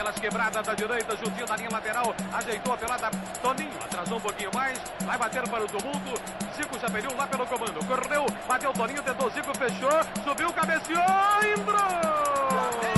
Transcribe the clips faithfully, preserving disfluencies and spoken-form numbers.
pelas quebradas da direita, juntinho da linha lateral, ajeitou a pelada, Toninho, atrasou um pouquinho mais, vai bater para o tumulto, Zico já perdeu lá pelo comando, correu, bateu Toninho, tentou Zico, fechou, subiu, cabeceou, entrou!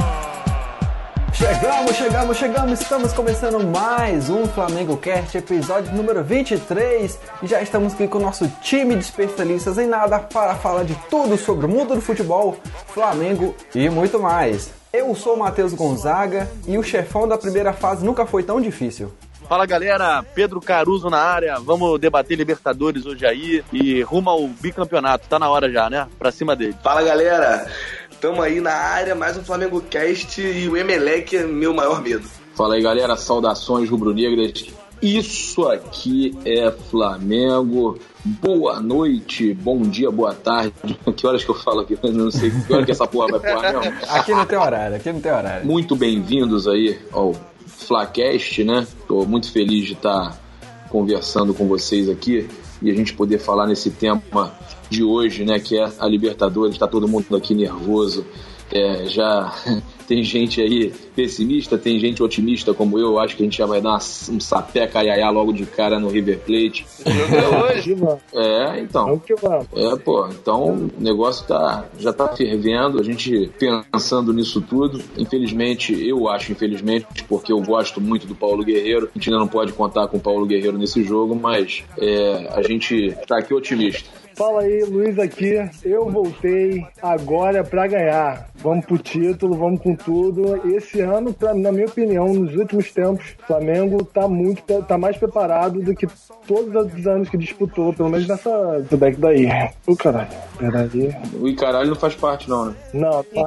Chegamos, chegamos, chegamos, estamos começando mais um Flamengo Cast, episódio número vinte e três, e já estamos aqui com o nosso time de especialistas em nada para falar de tudo sobre o mundo do futebol, Flamengo e muito mais. Eu sou o Matheus Gonzaga e o chefão da primeira fase nunca foi tão difícil. Fala galera, Pedro Caruso na área, vamos debater Libertadores hoje aí e rumo ao bicampeonato, tá na hora já, né? Pra cima dele. Fala galera, tamo aí na área, mais um Flamengo Cast e o Emelec é meu maior medo. Fala aí galera, saudações rubro-negras, isso aqui é Flamengo, boa noite, bom dia, boa tarde, que horas que eu falo aqui? Eu não sei que hora que essa porra vai pro ar mesmo. Aqui não tem horário, aqui não tem horário. Muito bem-vindos aí ao Flacast, né? Tô muito feliz de estar conversando com vocês aqui e a gente poder falar nesse tema de hoje, né? Que é a Libertadores. Tá todo mundo aqui nervoso. É, já tem gente aí pessimista, tem gente otimista como eu. Acho que a gente já vai dar um sapeca iaiá logo de cara no River Plate. Hoje, mano. É, então. É, pô. Então o negócio tá, já tá fervendo. A gente pensando nisso tudo. Infelizmente, eu acho, infelizmente, porque eu gosto muito do Paulo Guerreiro. A gente ainda não pode contar com o Paulo Guerreiro nesse jogo, mas é, a gente tá aqui otimista. Fala aí, Luiz aqui. Eu voltei agora pra ganhar. Vamos pro título, vamos com tudo. Esse ano, pra, na minha opinião, nos últimos tempos, o Flamengo tá muito, tá mais preparado do que todos os anos que disputou, pelo menos nessa do back daí. Ô, caralho. Peraí. O caralho não faz parte, não, né? Não, tá.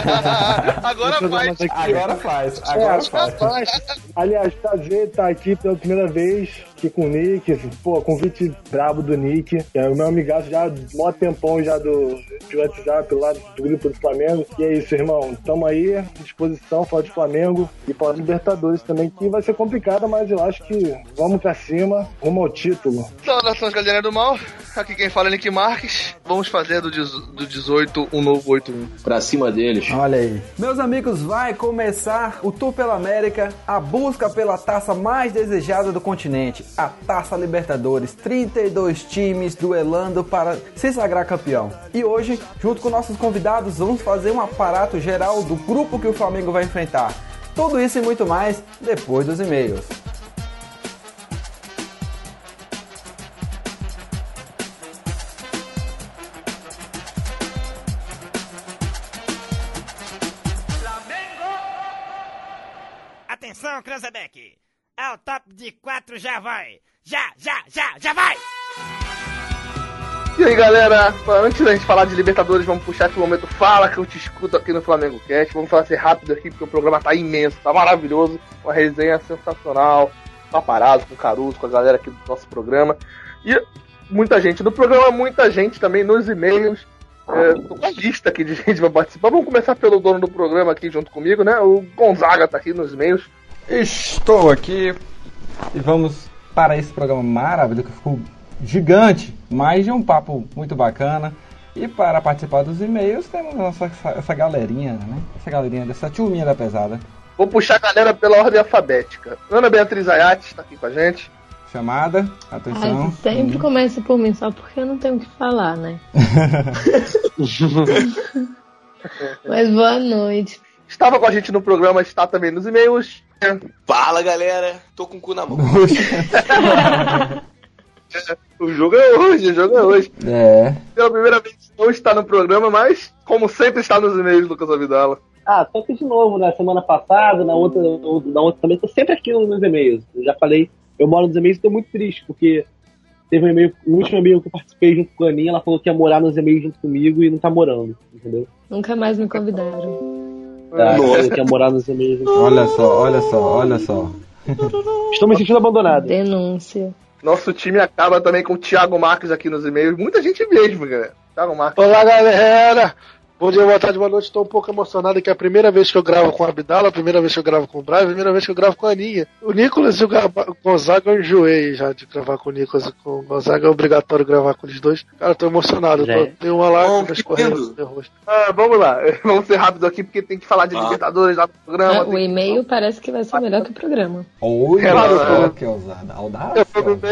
Agora faz. Agora faz. Agora é, faz. faz. Aliás, prazer estar aqui pela primeira vez aqui com o Nick. Pô, convite brabo do Nick. É o meu amigaço já há mó tempão já do, do WhatsApp lá do grupo do Flamengo. E é isso, irmão. Tamo aí, à disposição, falar de Flamengo e para Libertadores também, que vai ser complicada, mas eu acho que vamos pra cima, rumo ao título. Saudações, galera do mal. Aqui quem fala é Nick Marques. Vamos fazer do, do dezoito um novo oito um. Pra cima deles. Olha aí. Meus amigos, vai começar o Tour pela América, a busca pela taça mais desejada do continente, a Taça Libertadores. trinta e dois times duelando para se sagrar campeão. E hoje, junto com nossos convidados, vamos fazer um aparato geral do grupo que o Flamengo vai enfrentar. Tudo isso e muito mais depois dos e-mails. Atenção, Cranzebeck! Ao top de quatro já vai! Já, já, já, já vai! E aí, galera, antes da gente falar de Libertadores, vamos puxar esse momento Fala que eu te escuto aqui no Flamengo Cast. Vamos fazer rápido aqui, porque o programa tá imenso, tá maravilhoso. Uma resenha sensacional, paparazzo, com o Caruso, com a galera aqui do nosso programa. E muita gente no programa, muita gente também nos e-mails. É, tô com a lista aqui de gente que vai participar. Vamos começar pelo dono do programa aqui junto comigo, né? O Gonzaga tá aqui nos e-mails. Estou aqui e vamos para esse programa maravilhoso que ficou gigante, mas de um papo muito bacana. E para participar dos e-mails temos essa, essa galerinha, né? Essa galerinha dessa turminha da pesada. Vou puxar a galera pela ordem alfabética. Ana Beatriz Ayati está aqui com a gente. Chamada, atenção. Ai, sempre hum. começa por mim, só porque eu não tenho o que falar, né? Mas boa noite. Estava com a gente no programa, está também nos e-mails. Fala galera, tô com o cu na mão. O jogo é hoje, o jogo é hoje. É. Pela primeira vez não está no programa, mas como sempre está nos e-mails, Lucas Avidala. Ah, tô aqui de novo, na semana passada, na outra, na outra também, tô sempre aqui nos e-mails. Eu já falei, eu moro nos e-mails e tô muito triste, porque teve um e-mail, o último e-mail que eu participei junto com a Aninha, ela falou que ia morar nos e-mails junto comigo e não tá morando, entendeu? Nunca mais me convidaram. Tá, falou que ia morar nos e-mails junto comigo. Olha só, olha só, olha só. Estou me sentindo abandonado. Denúncia. Nosso time acaba também com o Thiago Marques aqui nos e-mails. Muita gente mesmo, galera. Thiago Marques. Olá, galera! Bom dia, boa tarde, boa noite. Estou um pouco emocionado que é a primeira vez que eu gravo com o Abdala, a primeira vez que eu gravo com o Brian, a primeira vez que eu gravo com a Aninha. O Nicolas e o Gonzaga eu enjoei já de gravar com o Nicolas e com o Gonzaga. É obrigatório gravar com eles dois. Cara, eu tô emocionado. Tô, tem uma lágrima escorrendo no meu rosto. Ah, vamos lá. Vamos ser rápido aqui porque tem que falar de ah. Libertadores lá no programa. Ah, o e-mail que... parece que vai ser melhor que o programa. Oi, é, claro, que ousada. Audácia.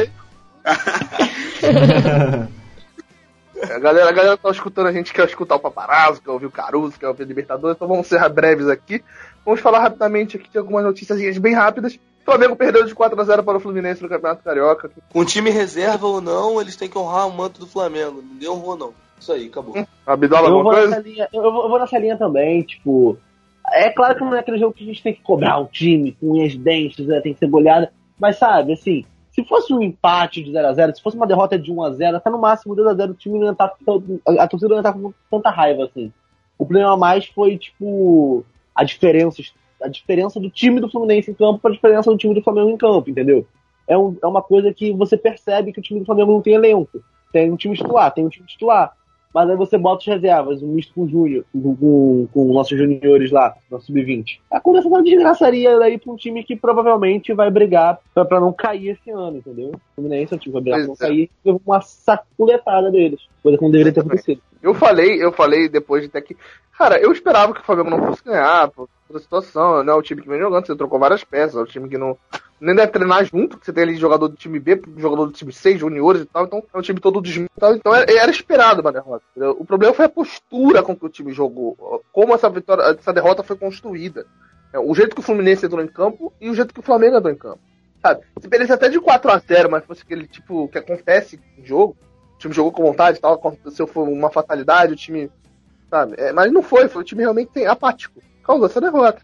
A galera, a galera tá escutando a gente, quer escutar o Paparazzo, quer ouvir o Caruso, quer ouvir o Libertadores, então vamos ser breves aqui. Vamos falar rapidamente aqui de algumas notícias bem rápidas. O Flamengo perdeu de quatro a zero para o Fluminense no Campeonato Carioca. Com time reserva ou não, eles têm que honrar o manto do Flamengo. Ninguém honrou, não. Isso aí, acabou. Hum, Abdala, eu, alguma vou coisa? nessa linha, eu, vou, eu vou nessa linha também, tipo... É claro que não é aquele jogo que a gente tem que cobrar o time com unhas dentes, né, tem que ser bolhada, mas sabe, assim... Se fosse um empate de zero a zero, se fosse uma derrota de um a zero, até no máximo dois a zero, o time não ia estar, a torcida não ia estar com tanta raiva, assim. O problema mais foi, tipo, a diferença, a diferença do time do Fluminense em campo para a diferença do time do Flamengo em campo, entendeu? É, um, é uma coisa que você percebe que o time do Flamengo não tem elenco. Tem um time titular, tem um time titular. Mas aí você bota os reservas, um misto com o Júnior, com, com, com nossos juniores lá, nosso sub vinte. A conversa não desgraçaria daí pra um time que provavelmente vai brigar pra, pra não cair esse ano, entendeu? O Fluminense é o time que vai brigar pra não cair, e levou uma saculetada deles, coisa que não deveria ter acontecido. Eu falei, eu falei depois de até que... Cara, eu esperava que o Flamengo não fosse ganhar, por toda a situação, né? O time que vem jogando, você trocou várias peças, é o time que não... Nem deve treinar junto, porque você tem ali jogador do time B, jogador do time C, juniores e tal, então é um time todo desmontado, então era, era esperado uma derrota. Entendeu? O problema foi a postura com que o time jogou, como essa vitória, essa derrota foi construída. O jeito que o Fluminense entrou em campo e o jeito que o Flamengo entrou em campo. Sabe? Se perdesse até de quatro a zero, mas fosse aquele tipo que acontece no jogo, o time jogou com vontade e tal, aconteceu, foi uma fatalidade, o time, sabe? É, mas não foi, foi o time realmente apático, causou essa derrota.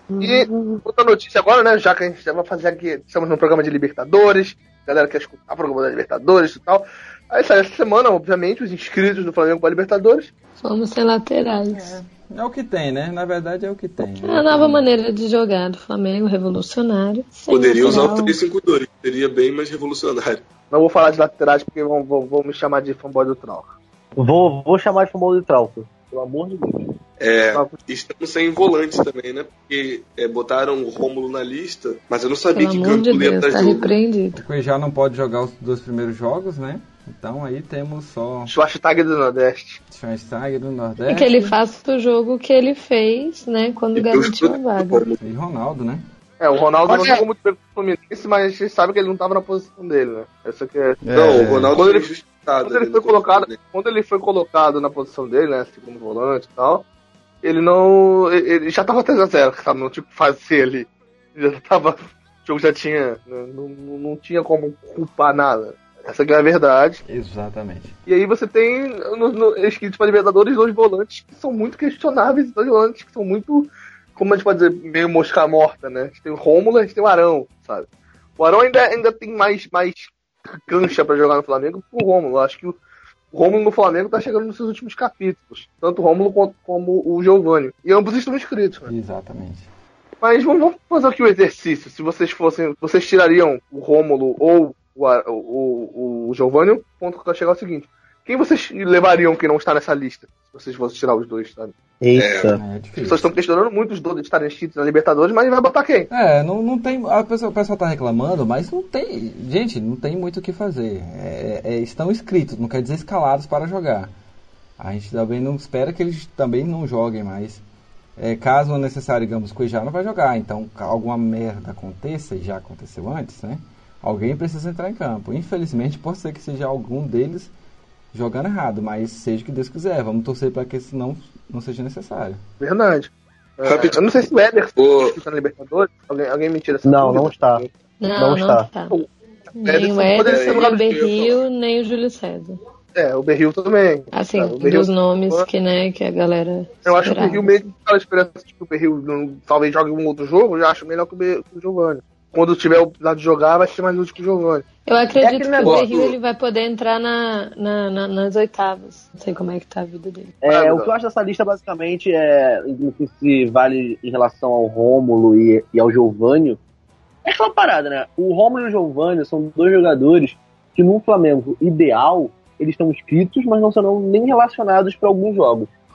E outra notícia agora, né, já que a gente vai fazer aqui, estamos no programa de Libertadores, a galera quer escutar o programa da Libertadores e tal. Aí sai essa semana, obviamente, os inscritos do Flamengo para Libertadores. Vamos ser laterais. É, é o que tem, né? Na verdade é o que tem. É a nova maneira de jogar do Flamengo, revolucionário. Poderia usar o três cinco dois, seria bem mais revolucionário. Não vou falar de laterais porque vão, vão, vão me chamar de fanboy do Trauco. Vou, vou chamar de fanboy do Trauco, pelo amor de Deus. É, estamos sem volantes também, né? Porque é, botaram o Rômulo na lista, mas eu não sabia Pelo que amor de Gandula ia Deus, estar tá junto. repreendido. O Cuejá não pode jogar os dois primeiros jogos, né? Então aí temos só... Schwarzenegger do Nordeste. Schwarzenegger do Nordeste. E que ele faça o jogo que ele fez, né? Quando garantiu a vaga. E Ronaldo, né? É, o Ronaldo Mas não é. jogou muito bem com o Fluminense, mas a gente sabe que ele não estava na posição dele, né? Essa que é... Não, o Ronaldo Quando ele, foi injustiçado. quando ele né, foi no colocado, Fluminense. quando ele foi colocado na posição dele, né? Segundo volante e tal, ele não... Ele já tava três a zero, sabe? Não tinha o que fazer ali. Já tava... O jogo já tinha... Não, não, não tinha como culpar nada. Essa que é a verdade. Exatamente. E aí você tem, no, no, escritos para Libertadores, dois volantes que são muito questionáveis, dois volantes que são muito, como a gente pode dizer, meio mosca morta, né? A gente tem o Rômulo, a gente tem o Arão, sabe? O Arão ainda, ainda tem mais, mais cancha para jogar no Flamengo que o Rômulo. Acho que o Rômulo no Flamengo tá chegando nos seus últimos capítulos. Tanto o Rômulo como, como o Giovani. E ambos estão inscritos, né? Exatamente. Mas vamos, vamos fazer aqui o exercício. Se vocês fossem, vocês tirariam o Rômulo ou o, o, o, o Giovani, o ponto que vai chegar é o seguinte: quem vocês levariam que não está nessa lista? Se vocês fossem tirar os dois, sabe? Eita. É, é As pessoas estão questionando muito os dois de estarem inscritos na Libertadores, mas vai botar quem? É, não, não tem. A pessoa, o pessoal tá reclamando, mas não tem. Gente, não tem muito o que fazer. É, é, estão inscritos, não quer dizer escalados para jogar. A gente também não espera que eles também não joguem mais. É, caso necessário, digamos, que o Cuejá não vai jogar. Então, alguma merda aconteça, e já aconteceu antes, né? Alguém precisa entrar em campo. Infelizmente, pode ser que seja algum deles jogando errado, mas seja o que Deus quiser. Vamos torcer para que isso não, não seja necessário. Verdade. É, eu não sei se o Ederson o... está na Libertadores. Alguém, alguém me tira essa Não, não está. Não, não, não está. está. O Nem o Ederson, nem o Berril, nem o Júlio César. É, o Berril também. Assim, tá, o Berril, dos nomes que, né, que a galera eu acho que o esperava. Berril, mesmo aquela esperança de que o Berril não, talvez jogue um outro jogo, eu já acho melhor que o, Be, que o Giovani. Quando tiver o oportunidade de jogar, vai ser mais útil que o Giovani. Eu acredito É que negócio... o Berril ele vai poder entrar na, na, na, nas oitavas. Não sei como é que tá a vida dele. É, o que eu acho dessa lista, basicamente, é no que se vale em relação ao Rômulo e, e ao Giovani. É aquela parada, né? O Rômulo e o Giovani são dois jogadores que, num Flamengo ideal, eles estão inscritos, mas não serão nem relacionados para alguns jogos.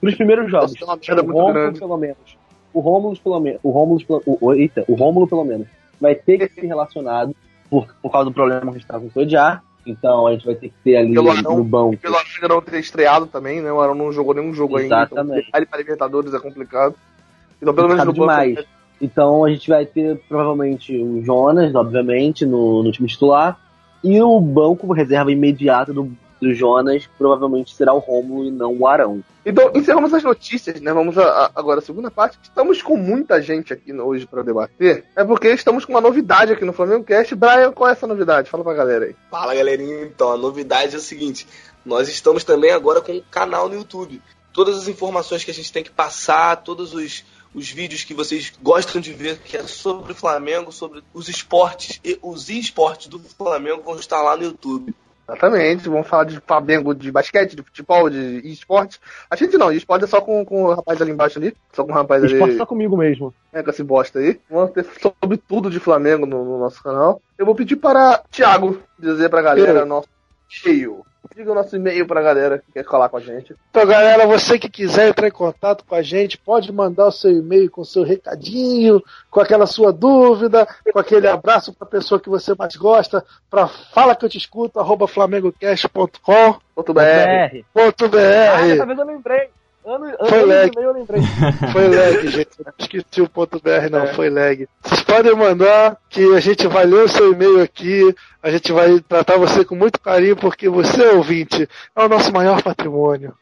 Nos primeiros jogos. Nossa, tem uma o merda muito Rômulo, grande. pelo menos. O Rômulo, pelo menos. O Rômulo, pelo, o, eita, o Rômulo, pelo menos. Vai ter que ser relacionado por, por causa do problema que estava com o Sodiar. Então a gente vai ter que ter ali Pelo Arão, no banco. Pelo Arão ainda não ter estreado também, né? O Arão não jogou nenhum jogo Exatamente. ainda. Então, ele para Libertadores é complicado. Então, pelo menos no demais. banco. Então a gente vai ter provavelmente o Jonas, obviamente, no, no time titular. E o banco reserva imediata do, do Jonas provavelmente será o Rômulo e não o Arão. Então, encerramos as notícias, né? Vamos a, a, agora à segunda parte. Estamos com muita gente aqui hoje para debater. É porque estamos com uma novidade aqui no Flamengo Cast. Brian, qual é essa novidade? Fala pra galera aí. Fala, galerinha. Então, a novidade é o seguinte. Nós estamos também agora com um canal no YouTube. Todas as informações que a gente tem que passar, todos os, os vídeos que vocês gostam de ver, que é sobre o Flamengo, sobre os esportes e os esportes do Flamengo, vão estar lá no YouTube. Exatamente, vamos falar de Flamengo, de basquete, de futebol, de esporte. A gente não, esporte é só com, com o rapaz ali embaixo ali. Só com o rapaz ali. Esporte só comigo mesmo. É, com esse bosta aí. Vamos ter sobre tudo de Flamengo no, no nosso canal. Eu vou pedir para Thiago dizer pra galera, Eu. nosso cheio. Diga o nosso e-mail pra galera que quer colar com a gente. Então, galera, você que quiser entrar em contato com a gente, pode mandar o seu e-mail com o seu recadinho, com aquela sua dúvida, com aquele abraço pra pessoa que você mais gosta, pra fala que eu te escuto, arroba flamengocast ponto com ponto b r. Ponto br. Ah, dessa vez eu lembrei. Ano, ano Foi lag. eu lembrei. Foi lag, gente. Não esqueci o ponto .br, não. É. Foi lag. Vocês podem mandar que a gente vai ler o seu e-mail aqui. A gente vai tratar você com muito carinho, porque você, ouvinte, é o nosso maior patrimônio.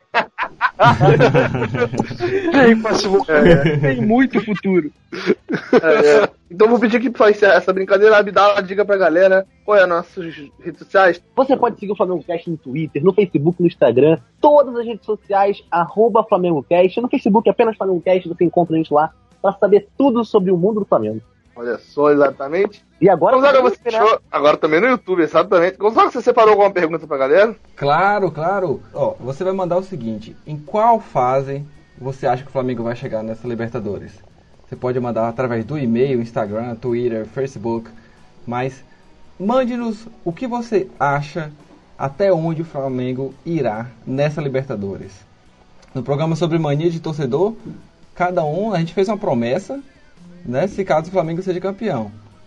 Tem, é. Tem muito futuro. É, é. Então vou pedir que pra encerrar essa brincadeira, a Abdala diga pra galera qual é as nossas redes sociais. Você pode seguir o Flamengo Cast no Twitter, no Facebook, no Instagram, todas as redes sociais, arroba Flamengo Cast. No Facebook, apenas Flamengo Cast, você encontra a gente lá pra saber tudo sobre o mundo do Flamengo. Olha só, exatamente. E agora, Gonzaga, você deixou, agora também no YouTube, exatamente. Gonzaga, você separou alguma pergunta pra galera? Claro, claro. Ó, você vai mandar o seguinte: em qual fase você acha que o Flamengo vai chegar nessa Libertadores? Você pode mandar através do e-mail, Instagram, Twitter, Facebook, mas mande-nos o que você acha, até onde o Flamengo irá nessa Libertadores. No programa sobre mania de torcedor, cada um, a gente fez uma promessa, né, se caso o Flamengo seja campeão.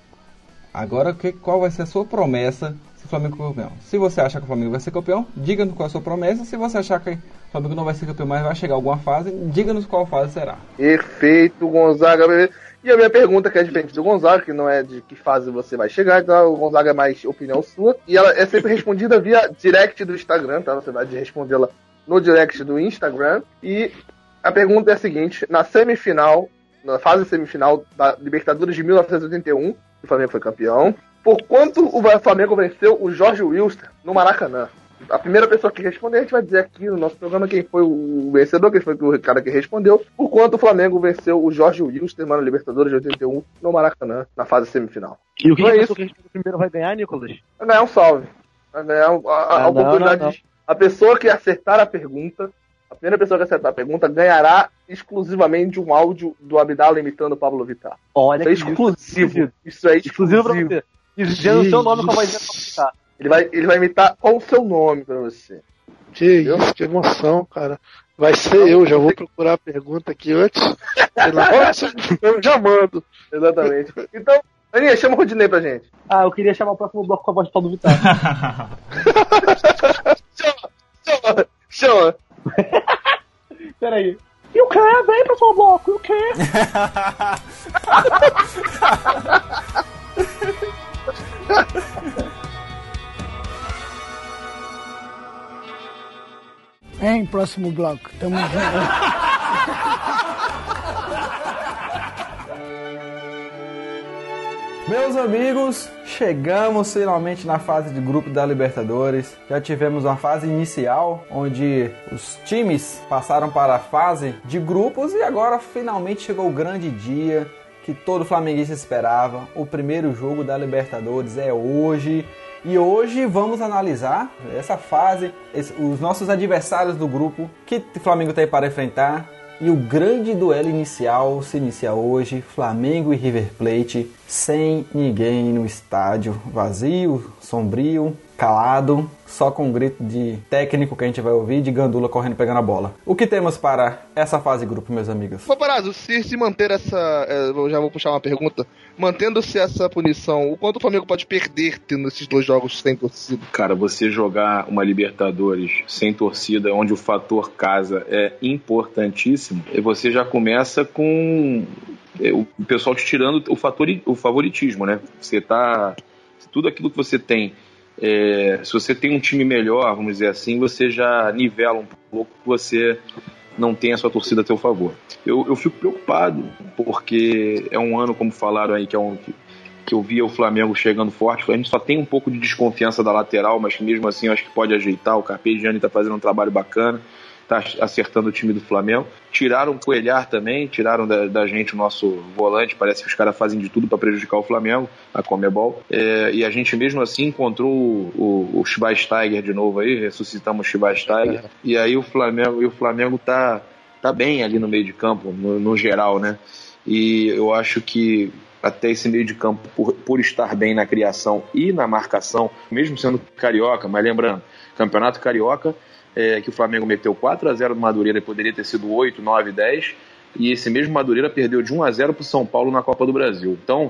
Agora, que, qual vai ser a sua promessa se o Flamengo for campeão? Se você achar que o Flamengo vai ser campeão, diga-nos qual é a sua promessa. Se você achar que o Flamengo não vai ser campeão, mas vai chegar a alguma fase, diga-nos qual fase será. Perfeito, Gonzaga. E a minha pergunta, que é diferente do Gonzaga, que não é de que fase você vai chegar, então o Gonzaga é mais opinião sua. E ela é sempre respondida via direct do Instagram, tá? Você vai respondê-la no direct do Instagram. E a pergunta é a seguinte: na semifinal, na fase semifinal da Libertadores de mil novecentos e oitenta e um, o Flamengo foi campeão. Por quanto o Flamengo venceu o Jorge Wilster no Maracanã? A primeira pessoa que responder, a gente vai dizer aqui no nosso programa quem foi o vencedor, quem foi o cara que respondeu. Por quanto o Flamengo venceu o Jorge Wilster na Libertadores de oitenta e um no Maracanã, na fase semifinal. E o que, então que é a pessoa que respondeu primeiro vai ganhar, Nicolas? Vai ganhar um salve. Vai ganhar a, a, ah, a oportunidade. Não, não, não. A pessoa que acertar a pergunta, a primeira pessoa que acertar a pergunta, ganhará exclusivamente um áudio do Abdala imitando o Pablo Vittar. Olha, isso é exclusivo. Isso é exclusivo pra você. E dizendo o seu nome com a vozinha pra imitar. Ele vai, ele vai imitar qual o seu nome pra você. Que Entendeu? Isso, que emoção, cara. Vai ser não, eu, já vou procurar a pergunta aqui antes. Eu já mando. Exatamente. Então, Aninha, chama o Rodinei pra gente. Ah, eu queria chamar o próximo bloco com a voz de Paulo Vittar. chama, chama, chama. Peraí. E o que? Vem pro seu bloco, e o que? Em próximo bloco. Tamo junto. Meus amigos, chegamos finalmente na fase de grupo da Libertadores. Já tivemos uma fase inicial, onde os times passaram para a fase de grupos e agora finalmente chegou o grande dia que todo flamenguista esperava. O primeiro jogo da Libertadores é hoje. E hoje vamos analisar essa fase, os nossos adversários do grupo, que o Flamengo tem para enfrentar. E o grande duelo inicial se inicia hoje, Flamengo e River Plate, sem ninguém no estádio, vazio, sombrio. calado, só com um grito de técnico que a gente vai ouvir, de Gandula correndo pegando a bola. O que temos para essa fase de grupo, meus amigos? Paparazzo, se, se manter essa... É, eu já vou puxar uma pergunta. Mantendo-se essa punição, o quanto o Flamengo pode perder tendo esses dois jogos sem torcida? Cara, você jogar uma Libertadores sem torcida, onde o fator casa é importantíssimo, e você já começa com o pessoal te tirando o fator, o favoritismo, né? Você tá... Tudo aquilo que você tem, é, se você tem um time melhor, vamos dizer assim, você já nivela um pouco que você não tem a sua torcida a seu favor. Eu, eu fico preocupado, porque é um ano, como falaram aí, que é um... Que, que eu via o Flamengo chegando forte. A gente só tem um pouco de desconfiança da lateral, mas que mesmo assim eu acho que pode ajeitar. O Carpegiani está fazendo um trabalho bacana, está acertando o time do Flamengo. Tiraram o Coelhar também, tiraram da, da gente o nosso volante. Parece que os caras fazem de tudo para prejudicar o Flamengo, a Conmebol. É, e a gente mesmo assim encontrou o, o, o Schweinsteiger de novo aí, ressuscitamos o Schweinsteiger. É. E aí o Flamengo, e o Flamengo tá, tá bem ali no meio de campo, no, no geral, né? E eu acho que até esse meio de campo, por, por estar bem na criação e na marcação, mesmo sendo carioca, mas lembrando, Campeonato Carioca, é, que o Flamengo meteu quatro a zero no Madureira e poderia ter sido oito, nove, dez, e esse mesmo Madureira perdeu de um a zero para o São Paulo na Copa do Brasil. Então,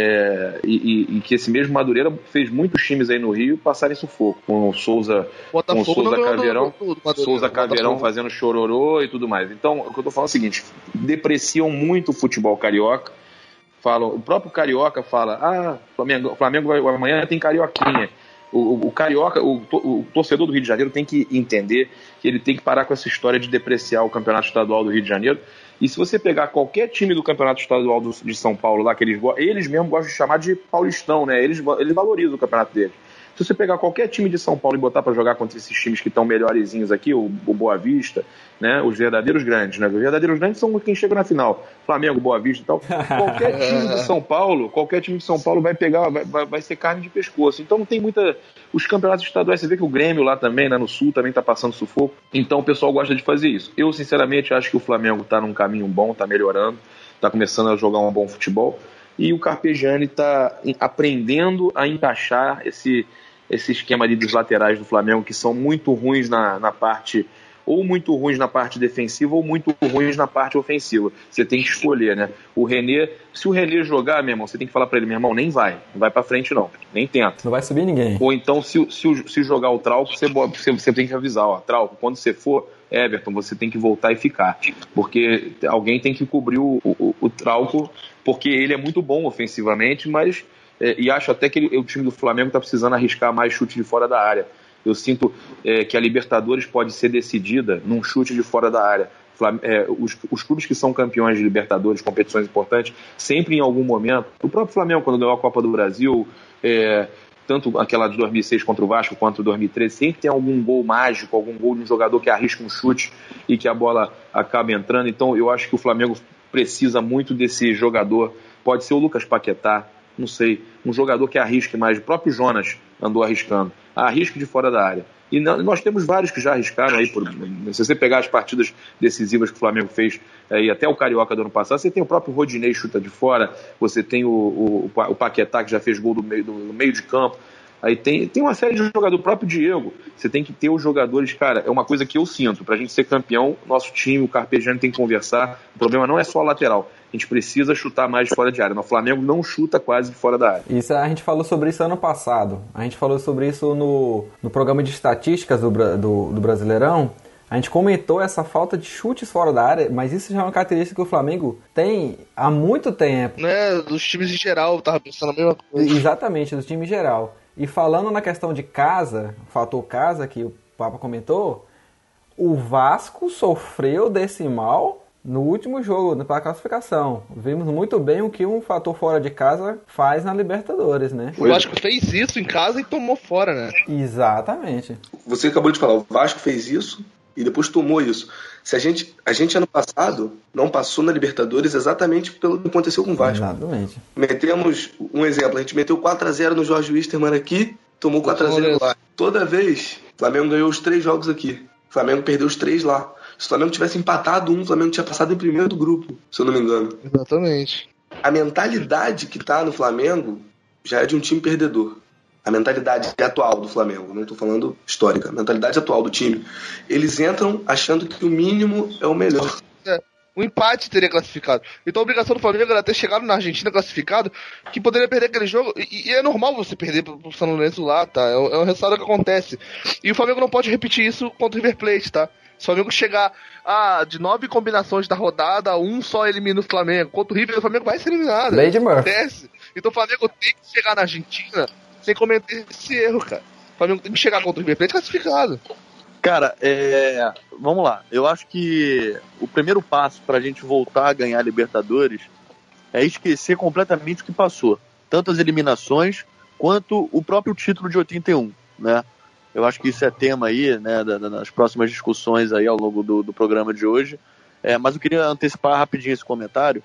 é, e, e, e que esse mesmo Madureira fez muitos times aí no Rio passarem sufoco, com o Souza, com o Souza Caveirão, do, do, do Souza Caveirão fazendo chororô e tudo mais. Então, o que eu tô falando é o seguinte, depreciam muito o futebol carioca. Falam, o próprio Carioca fala, ah, Flamengo, Flamengo vai, amanhã tem Carioquinha. O, o, o Carioca, o, o torcedor do Rio de Janeiro tem que entender que ele tem que parar com essa história de depreciar o Campeonato Estadual do Rio de Janeiro. E se você pegar qualquer time do Campeonato Estadual do, de São Paulo lá, que eles, eles mesmos gostam de chamar de paulistão, né? Eles, eles valorizam o campeonato deles. Se você pegar qualquer time de São Paulo e botar para jogar contra esses times que estão melhorzinhos aqui, o, o Boa Vista, né, os verdadeiros grandes, né, os verdadeiros grandes são quem chega na final, Flamengo, Boa Vista e tal, qualquer time de São Paulo, qualquer time de São Paulo vai pegar, vai, vai, vai ser carne de pescoço. Então não tem muita... Os campeonatos estaduais, você vê que o Grêmio lá também, né, no Sul, também tá passando sufoco, então o pessoal gosta de fazer isso. Eu, sinceramente, acho que o Flamengo tá num caminho bom, tá melhorando, tá começando a jogar um bom futebol, e o Carpegiani tá aprendendo a encaixar esse... esse esquema ali dos laterais do Flamengo, que são muito ruins na, na parte, ou muito ruins na parte defensiva, ou muito ruins na parte ofensiva. Você tem que escolher, né? O René, se o René jogar, meu irmão, você tem que falar pra ele, meu irmão, nem vai, não vai pra frente não, nem tenta. Não vai subir ninguém. Ou então, se, se, se jogar o Trauco, você, você, você tem que avisar, ó, Trauco, quando você for, Everton, você tem que voltar e ficar, porque alguém tem que cobrir o, o, o Trauco, porque ele é muito bom ofensivamente, mas... É, e acho até que ele, o time do Flamengo está precisando arriscar mais chute de fora da área. Eu sinto é, que a Libertadores pode ser decidida num chute de fora da área. É, os, os clubes que são campeões de Libertadores, competições importantes, sempre em algum momento, o próprio Flamengo quando ganhou a Copa do Brasil, é, tanto aquela de dois mil e seis contra o Vasco quanto dois mil e treze, sempre tem algum gol mágico, algum gol de um jogador que arrisca um chute e que a bola acaba entrando. Então eu acho que o Flamengo precisa muito desse jogador, pode ser o Lucas Paquetá, não sei, um jogador que arrisque mais, o próprio Jonas andou arriscando, arrisque de fora da área. E nós temos vários que já arriscaram aí, por, se você pegar as partidas decisivas que o Flamengo fez, é, e até o Carioca do ano passado, você tem o próprio Rodinei chuta de fora, você tem o, o, o Paquetá que já fez gol do meio, do, do meio de campo, aí tem, tem uma série de jogadores, o próprio Diego, você tem que ter os jogadores, cara, é uma coisa que eu sinto, pra gente ser campeão, nosso time, o Carpegiani tem que conversar, o problema não é só a lateral, a gente precisa chutar mais de fora de área. O Flamengo não chuta quase de fora da área. Isso, a gente falou sobre isso ano passado. A gente falou sobre isso no, no programa de estatísticas do, do, do Brasileirão. A gente comentou essa falta de chutes fora da área, mas isso já é uma característica que o Flamengo tem há muito tempo. Né, dos times em geral, eu tava pensando a mesma coisa. Exatamente, dos times em geral. E falando na questão de casa, o fator casa, que o Papa comentou, o Vasco sofreu desse mal no último jogo, para a classificação. Vimos muito bem o que um fator fora de casa faz na Libertadores, né? O Vasco fez isso em casa e tomou fora, né? Exatamente. Você acabou de falar, o Vasco fez isso e depois tomou isso. Se a gente, a gente ano passado não passou na Libertadores exatamente pelo que aconteceu com o Vasco. Exatamente. Metemos um exemplo, a gente meteu quatro a zero no Jorge Wisterman aqui, tomou quatro a zero lá. Toda vez, o Flamengo ganhou os três jogos aqui. O Flamengo perdeu os três lá. Se o Flamengo tivesse empatado um, o Flamengo tinha passado em primeiro do grupo, se eu não me engano. Exatamente. A mentalidade que tá no Flamengo já é de um time perdedor. a mentalidade atual do Flamengo, não estou falando histórica, a mentalidade atual do time, eles entram achando que o mínimo é o melhor. É, o empate teria classificado. Então a obrigação do Flamengo era ter chegado na Argentina classificado, que poderia perder aquele jogo, e, e é normal você perder pro, pro São Lourenço lá, tá? É, é um resultado que acontece. E o Flamengo não pode repetir isso contra o River Plate, tá? Se o Flamengo chegar ah, de nove combinações da rodada, um só elimina o Flamengo. Contra o River, o Flamengo vai ser eliminado. Lady Murphy. Acontece. Então o Flamengo tem que chegar na Argentina sem cometer esse erro, cara. O Flamengo tem que chegar contra o River Plate classificado. Cara, é... vamos lá. Eu acho que o primeiro passo pra gente voltar a ganhar a Libertadores é esquecer completamente o que passou. Tanto as eliminações quanto o próprio título de oitenta e um, né? Eu acho que isso é tema aí, né, das próximas discussões aí ao longo do, do programa de hoje. É, mas eu queria antecipar rapidinho esse comentário.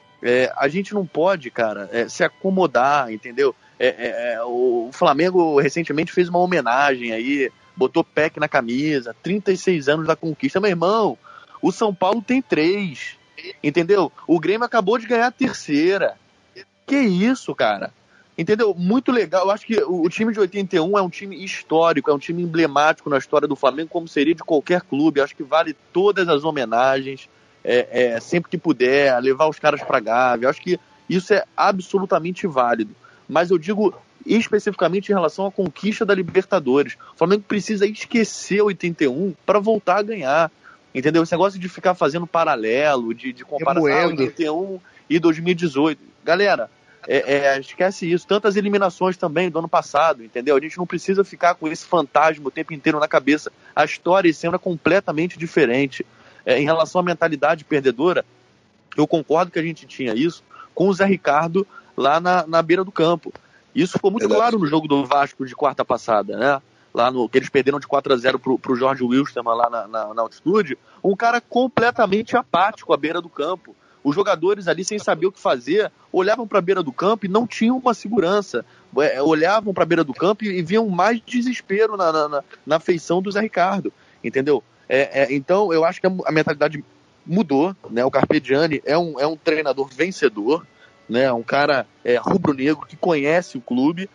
É, a gente não pode, cara, é, se acomodar, entendeu? É, é, é, o Flamengo recentemente fez uma homenagem aí, botou P E C na camisa, trinta e seis anos da conquista. Meu irmão, o São Paulo tem três, entendeu? O Grêmio acabou de ganhar a terceira. Que isso, cara? Entendeu? Muito legal. Eu acho que o time de oitenta e um é um time histórico, é um time emblemático na história do Flamengo, como seria de qualquer clube. Eu acho que vale todas as homenagens, é, é, sempre que puder, levar os caras pra Gávea. Eu acho que isso é absolutamente válido. Mas eu digo especificamente em relação à conquista da Libertadores. O Flamengo precisa esquecer oitenta e um para voltar a ganhar. Entendeu? Esse negócio de ficar fazendo paralelo, de, de comparar oitenta e um e dois mil e dezoito. Galera, É, é, esquece isso, tantas eliminações também do ano passado, entendeu? A gente não precisa ficar com esse fantasma o tempo inteiro na cabeça. A história esse ano é completamente diferente. É, em relação à mentalidade perdedora, eu concordo que a gente tinha isso com o Zé Ricardo lá na, na beira do campo. Isso ficou muito Verdade. claro no jogo do Vasco de quarta passada, né? Lá no, que eles perderam de quatro a zero pro, pro Jorge Wilstermann lá na, na, na altitude. Um cara completamente apático à beira do campo. Os jogadores ali, sem saber o que fazer, olhavam para a beira do campo e não tinham uma segurança. É, olhavam para a beira do campo e, e viam mais desespero na, na, na feição do Zé Ricardo, entendeu? É, é, então, eu acho que a, a mentalidade mudou, né? O Carpegiani é um, é um treinador vencedor, né? Um cara é, rubro-negro que conhece o clube.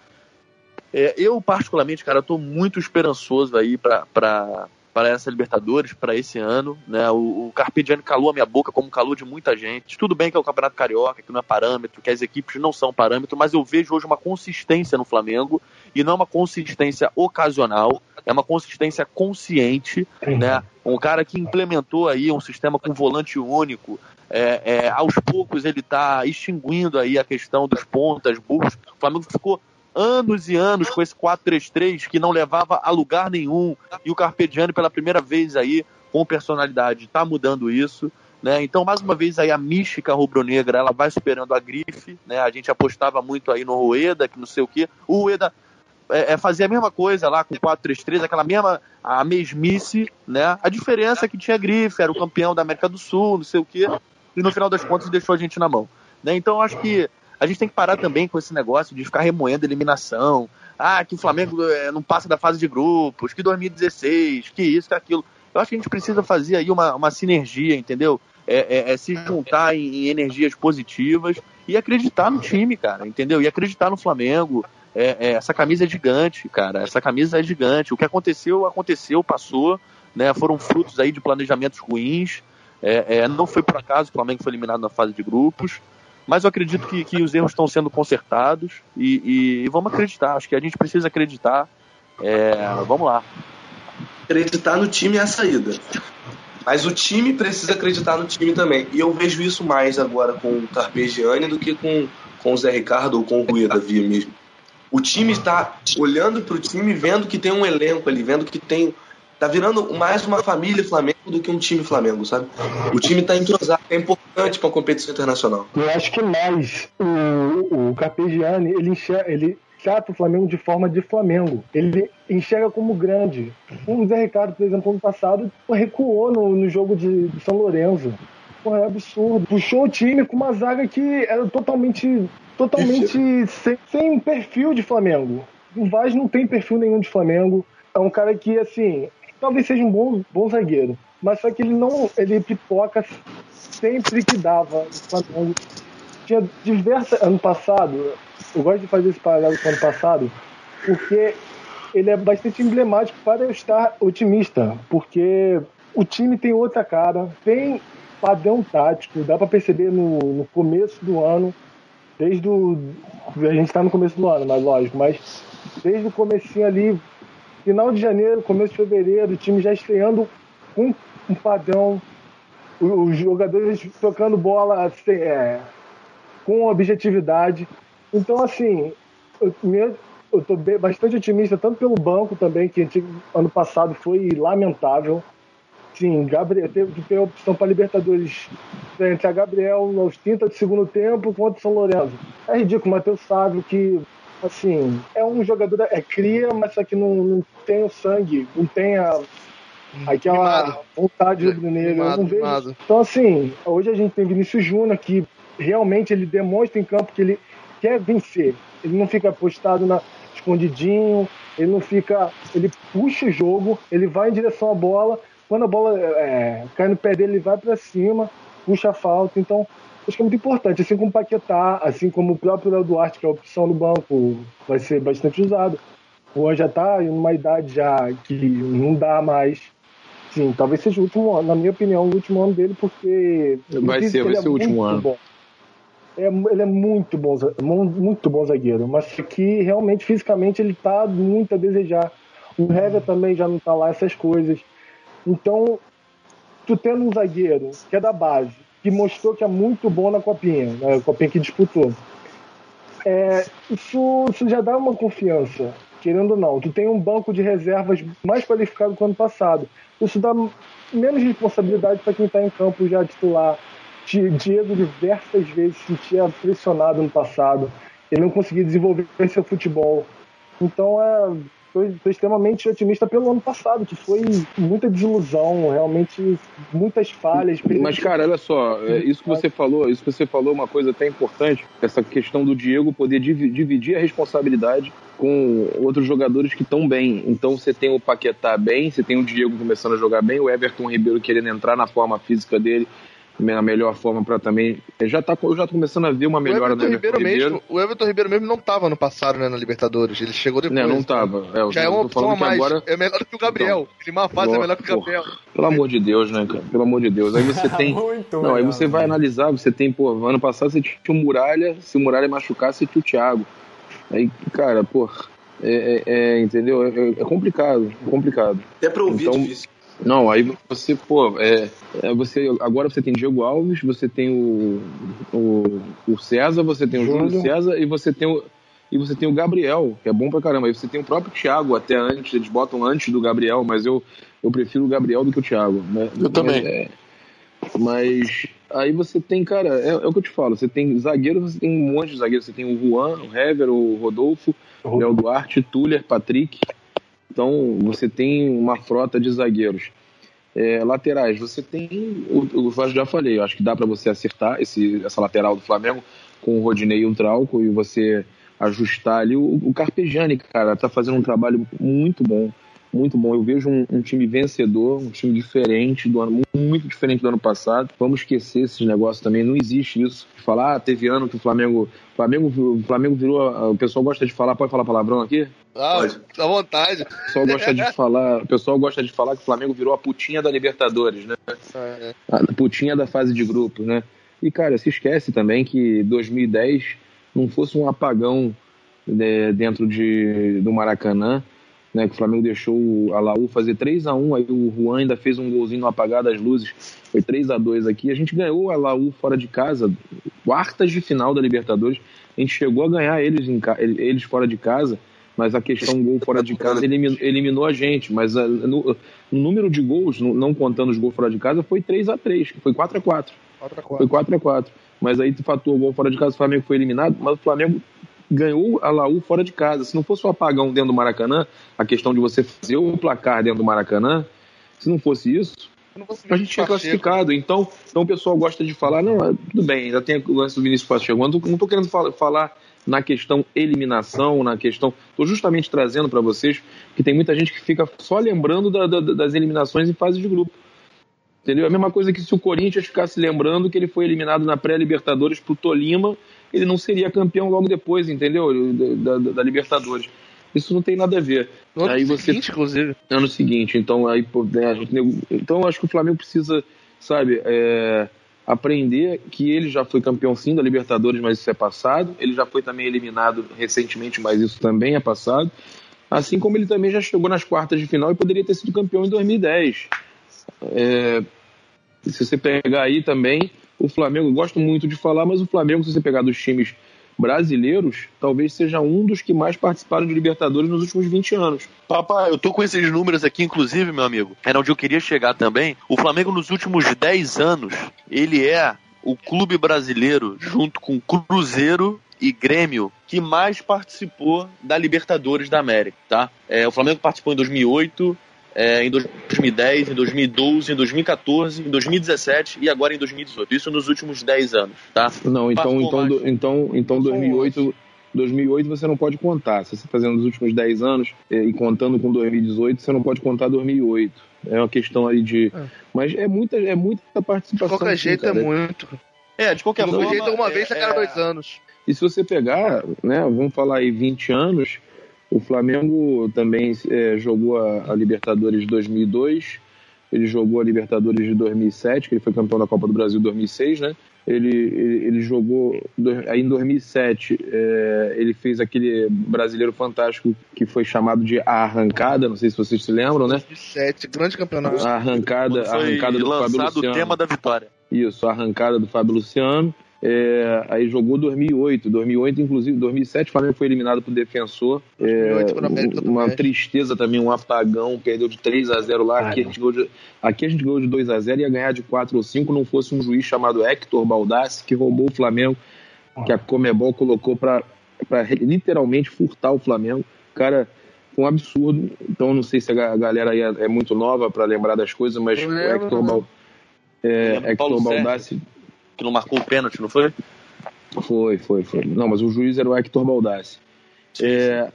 É, eu, particularmente, cara, estou muito esperançoso aí para... para essa Libertadores, para esse ano, né? O, o Carpegiani calou a minha boca como calou de muita gente. Tudo bem que é o Campeonato Carioca, que não é parâmetro, que as equipes não são parâmetro, mas eu vejo hoje uma consistência no Flamengo, e não uma consistência ocasional, é uma consistência consciente, né? Um cara que implementou aí um sistema com volante único, é, é, aos poucos ele está extinguindo aí a questão dos pontas, burros. O Flamengo ficou anos e anos com esse quatro três três que não levava a lugar nenhum, e o Carpegiani pela primeira vez aí, com personalidade, está mudando isso, né? Então, mais uma vez aí a mística rubro-negra, ela vai superando a grife, né? A gente apostava muito aí no Rueda, que não sei o quê. O Rueda é, é, fazia a mesma coisa lá com o quatro três três, aquela mesma, a mesmice, né? A diferença é que tinha grife, era o campeão da América do Sul, não sei o quê, e no final das contas deixou a gente na mão, né? Então, acho que a gente tem que parar também com esse negócio de ficar remoendo eliminação. Ah, que o Flamengo é, não passa da fase de grupos, que dois mil e dezesseis, que isso, que aquilo. Eu acho que a gente precisa fazer aí uma, uma sinergia, entendeu? É, é, é se juntar em, em energias positivas e acreditar no time, cara, entendeu? E acreditar no Flamengo. É, é, essa camisa é gigante, cara. Essa camisa é gigante. O que aconteceu, aconteceu, passou, né? Foram frutos aí de planejamentos ruins. É, é, não foi por acaso que o Flamengo foi eliminado na fase de grupos. Mas eu acredito que, que os erros estão sendo consertados e, e, e vamos acreditar. Acho que a gente precisa acreditar. É, vamos lá. Acreditar no time é a saída. Mas o time precisa acreditar no time também. E eu vejo isso mais agora com o Carpegiani do que com, com o Zé Ricardo ou com o Rueda Via mesmo. O time está olhando para o time, vendo que tem um elenco ali, vendo que tem... Tá virando mais uma família Flamengo do que um time Flamengo, sabe? O time tá entrosado, é importante para a competição internacional. Eu acho que mais o, o Carpegiani, ele enxerga, ele trata o Flamengo de forma de Flamengo. Ele enxerga como grande. O Zé Ricardo, por exemplo, ano passado, recuou no, no jogo de, de São Lourenço. Pô, é absurdo. Puxou o time com uma zaga que era totalmente, totalmente sem, sem perfil de Flamengo. O Vaz não tem perfil nenhum de Flamengo. É um cara que, assim... talvez seja um bom, bom zagueiro, mas só que ele não, ele pipoca sempre que dava no Flamengo. Tinha diversas, ano passado, eu gosto de fazer esse paralelo com o ano passado, porque ele é bastante emblemático para eu estar otimista, porque o time tem outra cara, tem padrão tático, dá para perceber no, no começo do ano, desde o... a gente está no começo do ano, mas lógico, mas desde o comecinho ali, final de janeiro, começo de fevereiro, o time já estreando com um padrão, os jogadores tocando bola assim, é, com objetividade. Então, assim, eu, eu tô bastante otimista, tanto pelo banco também, que ano passado foi lamentável. Sim, Gabriel teve, teve a opção para Libertadores frente a Gabriel aos trinta do segundo tempo contra o São Lourenço. É ridículo, Matheus Sávio, que, assim, é um jogador, é cria, mas só que não, não tem o sangue, não tem a, aquela mimado. vontade rubro-negra. Eu não vejo. Mimado. Então, assim, hoje a gente tem Vinícius Júnior, que realmente ele demonstra em campo que ele quer vencer. Ele não fica postado na escondidinho, ele não fica. Ele puxa o jogo, ele vai em direção à bola. Quando a bola é, cai no pé dele, ele vai para cima, puxa a falta. Então, acho que é muito importante. Assim como o Paquetá, assim como o próprio Léo Duarte, que é a opção no banco, vai ser bastante usado. O Juan já está em uma idade já que não dá mais. Sim, talvez seja o último ano, na minha opinião, o último ano dele, porque... Vai ser, vai ser o último ano. Bom. É, ele é muito bom, muito bom zagueiro, mas que realmente, fisicamente, ele está muito a desejar. O Hever também já não está lá, essas coisas. Então, tu tendo um zagueiro que é da base, que mostrou que é muito bom na Copinha, na Copinha que disputou, é, isso, isso já dá uma confiança, querendo ou não. Tu tem um banco de reservas mais qualificado que o ano passado. Isso dá menos responsabilidade para quem está em campo já titular. Diego diversas vezes se sentia pressionado no passado. Ele não conseguia desenvolver seu futebol. Então, é... Estou extremamente otimista pelo ano passado, que foi muita desilusão, realmente muitas falhas. Mas, cara, olha só, isso que você falou, isso que você falou é uma coisa até importante, essa questão do Diego poder dividir a responsabilidade com outros jogadores que estão bem. Então você tem o Paquetá bem, você tem o Diego começando a jogar bem, o Everton Ribeiro querendo entrar na forma física dele, na melhor forma para também. Já tá, eu já tô começando a ver uma melhora no Everton Ribeiro. Mesmo, o Everton Ribeiro mesmo não tava no passado, né, na Libertadores. Ele chegou depois. Não, não tava. É, já é uma opção a mais. Agora... É melhor que o Gabriel. Então, ele má fase é melhor que o Gabriel. Porra, pelo amor de Deus, né, cara? Pelo amor de Deus. Aí você tem. Muito não, melhor, aí você vai né? analisar, você tem, pô, ano passado você tinha o Muralha, se o Muralha machucasse, você tinha o Thiago. Aí, cara, pô, é, é, é, entendeu? É, é complicado, é complicado. Até pra ouvir então, é difícil. Não, aí você, pô, é, é, você, agora você tem Diego Alves, você tem o, o, o César, você tem o Júlio. Júlio César e você tem o, e você tem o Gabriel, que é bom pra caramba. Aí você tem o próprio Thiago, até antes, eles botam antes do Gabriel, mas eu, eu prefiro o Gabriel do que o Thiago. Né? Eu também. É, mas aí você tem, cara, é, é o que eu te falo, você tem zagueiro, você tem um monte de zagueiros, você tem o Juan, o Hever, o Rodolfo, o Léo Duarte, Tuller, Patrick. Então, você tem uma frota de zagueiros. É, laterais, você tem, o, o eu já falei, eu acho que dá para você acertar esse, essa lateral do Flamengo com o Rodinei e o Trauco e você ajustar ali. O, o Carpegiani, cara, tá fazendo um trabalho muito bom, muito bom. Eu vejo um, um time vencedor, um time diferente do ano, muito diferente do ano passado. Vamos esquecer esses negócios também, não existe isso. Falar, ah, teve ano que o Flamengo, Flamengo, o Flamengo virou, o pessoal gosta de falar, pode falar palavrão aqui? Ah, à vontade. O pessoal gosta de falar, o pessoal gosta de falar que o Flamengo virou a putinha da Libertadores, né? É. A putinha da fase de grupos, né? E, cara, se esquece também que dois mil e dez não fosse um apagão de, dentro de, do Maracanã, né? Que o Flamengo deixou o Alaú fazer três a um, aí o Juan ainda fez um golzinho no apagar das luzes, foi três a dois aqui. A gente ganhou o Alaú fora de casa, quartas de final da Libertadores, a gente chegou a ganhar eles, em, eles fora de casa, mas a questão gol fora de casa eliminou, eliminou a gente, mas a, no, no número de gols, no, não contando os gols fora de casa, foi três a três, foi quatro a quatro. Foi quatro a quatro. Mas aí tu fatou o gol fora de casa, o Flamengo foi eliminado, mas o Flamengo ganhou a Laú fora de casa. Se não fosse o apagão dentro do Maracanã, a questão de você fazer o placar dentro do Maracanã, se não fosse isso, a gente tinha classificado. Então, então o pessoal gosta de falar, não, tudo bem, ainda tem o lance do Vinícius Pacheco. Eu não estou querendo falar, falar na questão eliminação, na questão... Estou justamente trazendo para vocês que tem muita gente que fica só lembrando da, da, das eliminações em fase de grupo. Entendeu? A mesma coisa que se o Corinthians ficasse lembrando que ele foi eliminado na pré-Libertadores pro Tolima, ele não seria campeão logo depois, entendeu? Da, da, da Libertadores. Isso não tem nada a ver. No ano aí você... seguinte, inclusive. Ano seguinte, então aí pô, né, a gente... então eu acho que o Flamengo precisa, sabe, é... aprender que ele já foi campeão sim da Libertadores, mas isso é passado. Ele já foi também eliminado recentemente, mas isso também é passado. Assim como ele também já chegou nas quartas de final e poderia ter sido campeão em dois mil e dez. É... Se você pegar aí também, o Flamengo, eu gosto muito de falar, mas o Flamengo, se você pegar dos times brasileiros, talvez seja um dos que mais participaram de Libertadores nos últimos vinte anos. Papai, eu tô com esses números aqui, inclusive, meu amigo, era onde eu queria chegar também. O Flamengo, nos últimos dez anos, ele é o clube brasileiro, junto com Cruzeiro e Grêmio, que mais participou da Libertadores da América, tá? É, o Flamengo participou em dois mil e oito, é, em dois mil e dez, em dois mil e doze, em dois mil e quatorze, em dois mil e dezessete e agora em dois mil e dezoito. Isso nos últimos dez anos, tá? Não, então, então, do, então, então dois mil e oito, dois mil e oito você não pode contar. Se você está fazendo os últimos dez anos e contando com dois mil e dezoito, você não pode contar dois mil e oito. É uma questão aí de... É. Mas é muita, é muita participação. De qualquer jeito cara. é muito. É, de qualquer de forma... De qualquer jeito, uma é, vez a cada é... dois anos. E se você pegar, né, vamos falar aí vinte anos, o Flamengo também é, jogou a, a Libertadores de dois mil e dois, ele jogou a Libertadores de dois mil e sete, que ele foi campeão da Copa do Brasil em dois mil e seis, né? Ele, ele, ele jogou, aí em dois mil e sete, é, ele fez aquele brasileiro fantástico que foi chamado de A Arrancada, não sei se vocês se lembram, né? dois mil e sete, grande campeonato. A Arrancada, a arrancada do Fábio Luciano. O tema da vitória. Isso, a Arrancada do Fábio Luciano. É, aí jogou dois mil e oito, dois mil e oito inclusive, dois mil e sete o Flamengo foi eliminado pro Defensor, é, uma tristeza também, um apagão, perdeu de três a zero lá, aqui a, gente ganhou de, aqui a gente ganhou de dois a zero, ia ganhar de quatro ou cinco, não fosse um juiz chamado Héctor Baldassi, que roubou o Flamengo, que a Comebol colocou pra, pra literalmente furtar o Flamengo. Cara, foi um absurdo. Então não sei se a galera aí é, é muito nova pra lembrar das coisas, mas o Héctor, Bal, é, Héctor Baldassi que não marcou o pênalti, não foi? Foi, foi, foi. Não, mas o juiz era o Héctor Baldassi. É,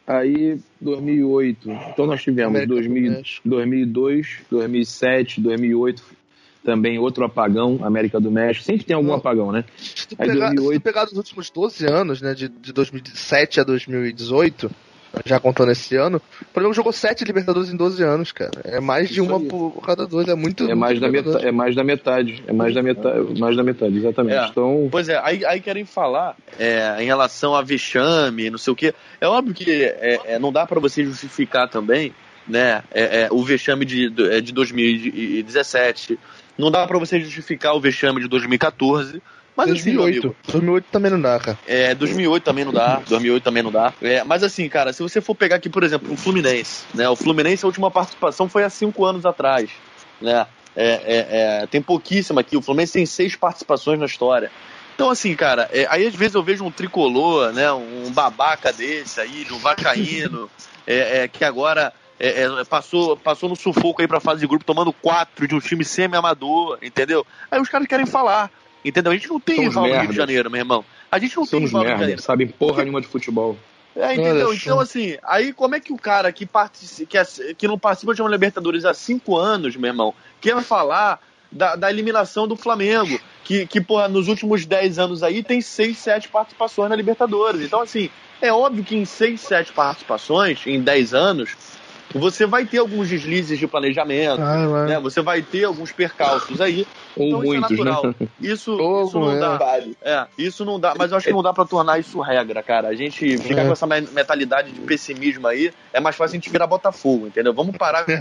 aí, dois mil e oito, então nós tivemos dois mil, dois mil e dois, dois mil e sete, dois mil e oito, também outro apagão, América do México. Sempre tem algum não. apagão, né? Se tu, aí, pegar, dois mil e oito... se tu pegar os últimos doze anos, né, de, de dois mil e sete a dois mil e dezoito, já contando esse ano, o Flamengo jogou sete Libertadores em doze anos, cara. É mais de uma por cada dois, é muito... É mais, da metade, é mais da metade, é mais da metade, mais da metade, exatamente. É. Então... Pois é, aí, aí querem falar é, em relação a vexame, não sei o quê. É óbvio que é, é, não dá pra você justificar também, né, é, é, o vexame de, de dois mil e dezessete, não dá pra você justificar o vexame de dois mil e quatorze, mas dois mil e oito. Assim, dois mil e oito também não dá, cara. É, dois mil e oito também não dá. dois mil e oito também não dá. É, mas assim, cara, se você for pegar aqui, por exemplo, o Fluminense, né? O Fluminense, a última participação foi há cinco anos atrás, né? É, é, é, tem pouquíssima aqui. O Fluminense tem seis participações na história. Então, assim, cara, é, aí às vezes eu vejo um tricolor, né? Um babaca desse aí, de um vascaíno, é, é, que agora é, é, passou, passou no sufoco aí pra fase de grupo, tomando quatro de um time semi-amador, entendeu? Aí os caras querem falar. Entendeu? A gente não tem rival no Rio de Janeiro, meu irmão. A gente não tem rival no Rio de Janeiro. Sabem porra nenhuma de futebol. É, entendeu? Então, assim, aí como é que o cara que, participa, que, é, que não participa de uma Libertadores há cinco anos, meu irmão, quer falar da, da eliminação do Flamengo, que, que, porra, nos últimos dez anos aí tem seis, sete participações na Libertadores. Então, assim, é óbvio que em seis, sete participações, em dez anos, você vai ter alguns deslizes de planejamento, ah, né? Você vai ter alguns percalços aí. Ou então muitos, isso é natural. Né? Isso, isso não é. dá. É, isso não dá, mas eu acho que não dá pra tornar isso regra, cara. A gente ficar é. com essa mentalidade de pessimismo aí, é mais fácil a gente virar Botafogo, entendeu? Vamos parar com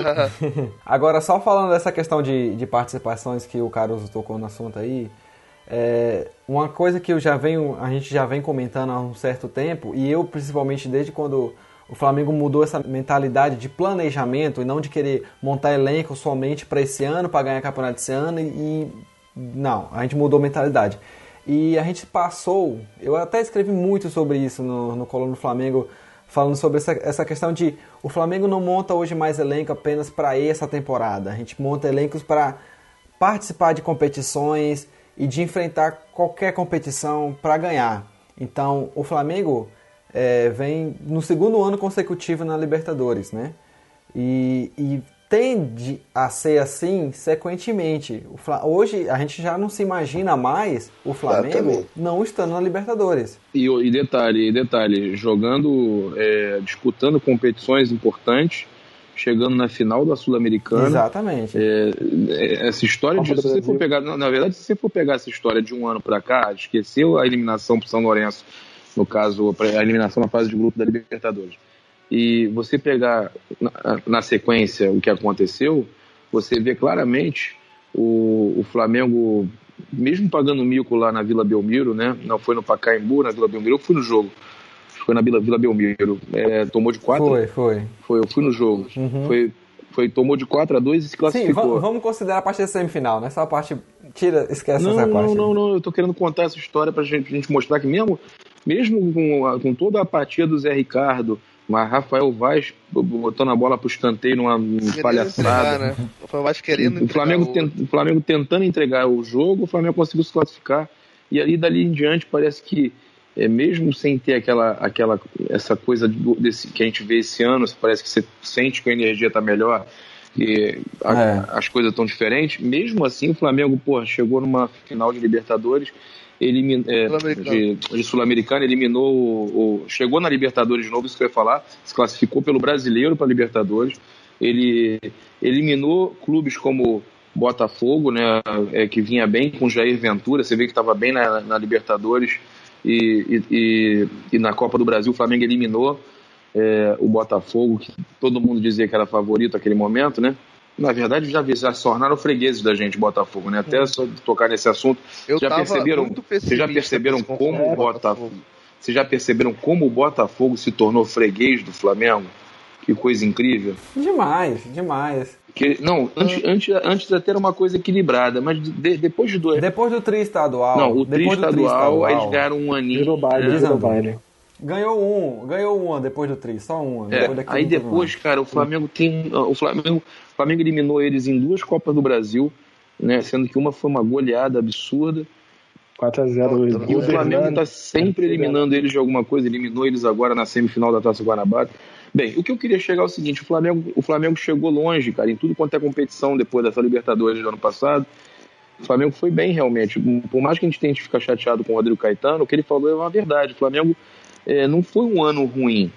isso. Agora, só falando dessa questão de, de participações que o Caruso tocou no assunto aí, é, uma coisa que eu já venho, a gente já vem comentando há um certo tempo, e eu principalmente desde quando o Flamengo mudou essa mentalidade de planejamento e não de querer montar elenco somente para esse ano, para ganhar campeonato esse ano. E não, a gente mudou a mentalidade. E a gente passou, eu até escrevi muito sobre isso no, no Coluna do Flamengo, falando sobre essa, essa questão de o Flamengo não monta hoje mais elenco apenas para essa temporada. A gente monta elencos para participar de competições e de enfrentar qualquer competição para ganhar. Então, o Flamengo... É, vem no segundo ano consecutivo na Libertadores, né? E, e tende a ser assim sequentemente. O Fla... Hoje a gente já não se imagina mais o Flamengo não estando na Libertadores. E, e detalhe, detalhe, jogando, é, disputando competições importantes, chegando na final da Sul-Americana. Exatamente. É, é, essa história de, se você for pegar, na, na verdade, se você for pegar essa história de um ano para cá, esqueceu a eliminação para São Lourenço, no caso, a eliminação na fase de grupo da Libertadores, e você pegar na, na sequência o que aconteceu, você vê claramente o, o Flamengo, mesmo pagando mico lá na Vila Belmiro, né? Não foi no Pacaembu, na Vila Belmiro, eu fui no jogo. Foi na Vila, Vila Belmiro. É, tomou de quatro? Foi, foi. Foi, eu fui no jogo. Uhum. Foi, foi, tomou de quatro a dois e se classificou. Sim, vamos considerar a parte da semifinal, né? Só a parte... Tira, esquece não, essa não, parte. Não, não, não. Eu tô querendo contar essa história pra gente, pra gente mostrar que mesmo, mesmo com, com toda a apatia do Zé Ricardo, mas Rafael Vaz botando a bola pro escanteio numa palhaçada. Entregar, né? O Vaz querendo o Flamengo, o... Tent, o Flamengo tentando entregar o jogo, o Flamengo conseguiu se classificar. E ali dali em diante parece que, é, mesmo sem ter aquela, aquela, essa coisa desse, que a gente vê esse ano, parece que você sente que a energia está melhor, que a, é. as coisas estão diferentes. Mesmo assim, o Flamengo, porra, chegou numa final de Libertadores, elimin, é, de, de Sul-Americana, eliminou o, o, chegou na Libertadores de novo, isso que eu ia falar, se classificou pelo Brasileiro para Libertadores. Ele eliminou clubes como Botafogo, né, é, que vinha bem com Jair Ventura, você vê que estava bem na, na Libertadores, e, e, e na Copa do Brasil o Flamengo eliminou é, o Botafogo, que todo mundo dizia que era favorito naquele momento, né? Na verdade já, já se tornaram fregueses da gente, Botafogo, né? Até só tocar nesse assunto, eu já perceberam, vocês já perceberam como o Botafogo, vocês já perceberam como o Botafogo se tornou freguês do Flamengo? Que coisa incrível. Demais, demais. Que, não, antes, antes, antes até era uma coisa equilibrada, mas de, depois de dois... Depois do tri estadual. Não, o tri estadual, aí eles ganharam um aninho. Virou baile, virou baile. Ganhou um, ganhou uma depois do tri, só uma. É, depois aí depois, um. cara, o Flamengo tem... O Flamengo, o Flamengo eliminou eles em duas Copas do Brasil, né, sendo que uma foi uma goleada absurda. quatro a zero. E o Flamengo está sempre eliminando eles de alguma coisa, eliminou eles agora na semifinal da Taça Guanabara. Bem, o que eu queria chegar é o seguinte, o Flamengo, o Flamengo chegou longe, cara, em tudo quanto é competição depois dessa Libertadores do ano passado. O Flamengo foi bem, realmente. Por mais que a gente tente ficar chateado com o Rodrigo Caetano, o que ele falou é uma verdade. O Flamengo é, não foi um ano ruim.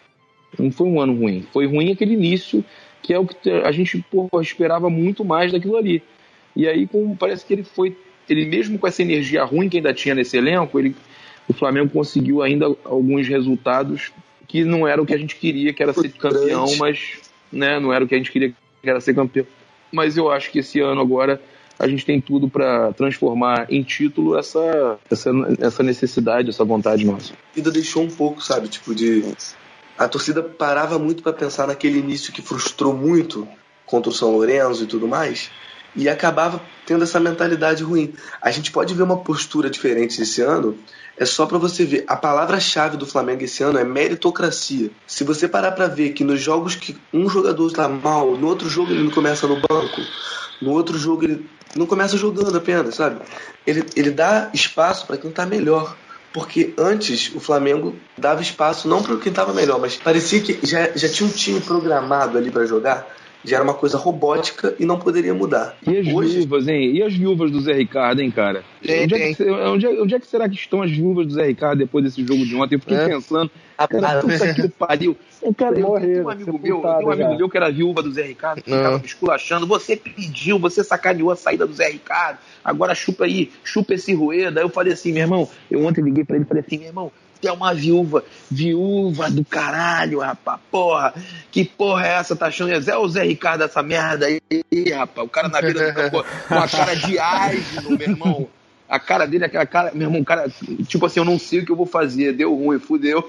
Não foi um ano ruim. Foi ruim aquele início, que é o que a gente porra, esperava muito mais daquilo ali. E aí, com, parece que ele foi... Ele mesmo com essa energia ruim que ainda tinha nesse elenco, ele, o Flamengo conseguiu ainda alguns resultados que não era o que a gente queria, que era ser campeão, mas né, não era o que a gente queria, que era ser campeão. Mas eu acho que esse ano agora a gente tem tudo para transformar em título essa, essa, essa necessidade, essa vontade nossa. A vida deixou um pouco, sabe, tipo de... A torcida parava muito para pensar naquele início que frustrou muito contra o São Lourenço e tudo mais, e acabava tendo essa mentalidade ruim. A gente pode ver uma postura diferente esse ano, é só para você ver. A palavra-chave do Flamengo esse ano é meritocracia. Se você parar para ver que nos jogos que um jogador está mal, no outro jogo ele não começa no banco, no outro jogo ele não começa jogando apenas, sabe? Ele, ele dá espaço para quem está melhor. Porque antes o Flamengo dava espaço não para quem estava melhor, mas parecia que já, já tinha um time programado ali para jogar. Já era uma coisa robótica e não poderia mudar. E as Hoje... viúvas, hein? E as viúvas do Zé Ricardo, hein, cara? Tem, onde, tem. É que, onde, é, onde é que será que estão as viúvas do Zé Ricardo depois desse jogo de ontem? Eu fiquei é. pensando, cara, puta que pariu. Cara, eu tenho um amigo meu, eu tenho um amigo meu que era viúva do Zé Ricardo, que ficava me esculachando. Você pediu, você sacaneou a saída do Zé Ricardo, agora chupa aí, chupa esse rueda. Aí eu falei assim, meu irmão, eu ontem liguei pra ele e falei assim, meu irmão, é uma viúva, viúva do caralho, rapaz, porra, que porra é essa, tá achando, é o Zé Ricardo essa merda aí, rapaz, o cara na beira do campo com a cara de asno, meu irmão, a cara dele, aquela cara, meu irmão, cara, tipo assim, eu não sei o que eu vou fazer, deu ruim, fudeu.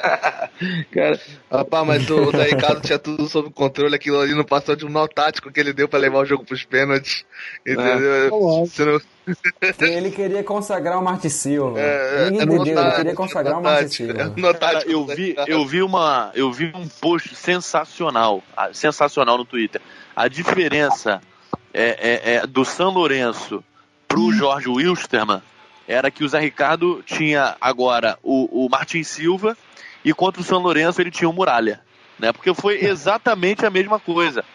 Cara, rapaz, mas o Zé Ricardo tinha tudo sob controle, aquilo ali não passou de um nó tático que ele deu pra levar o jogo pros pênaltis, entendeu? É. Você não... Ele queria consagrar o Martin Silva. É, Ninguém entendeu, ele queria consagrar o Martin Silva. Cara, eu vi, eu vi uma, eu vi um post sensacional, sensacional no Twitter. A diferença é, é, é do São Lourenço pro Jorge Wilstermann era que o Zé Ricardo tinha agora o, o Martin Silva e contra o São Lourenço ele tinha o Muralha, né? Porque foi exatamente a mesma coisa.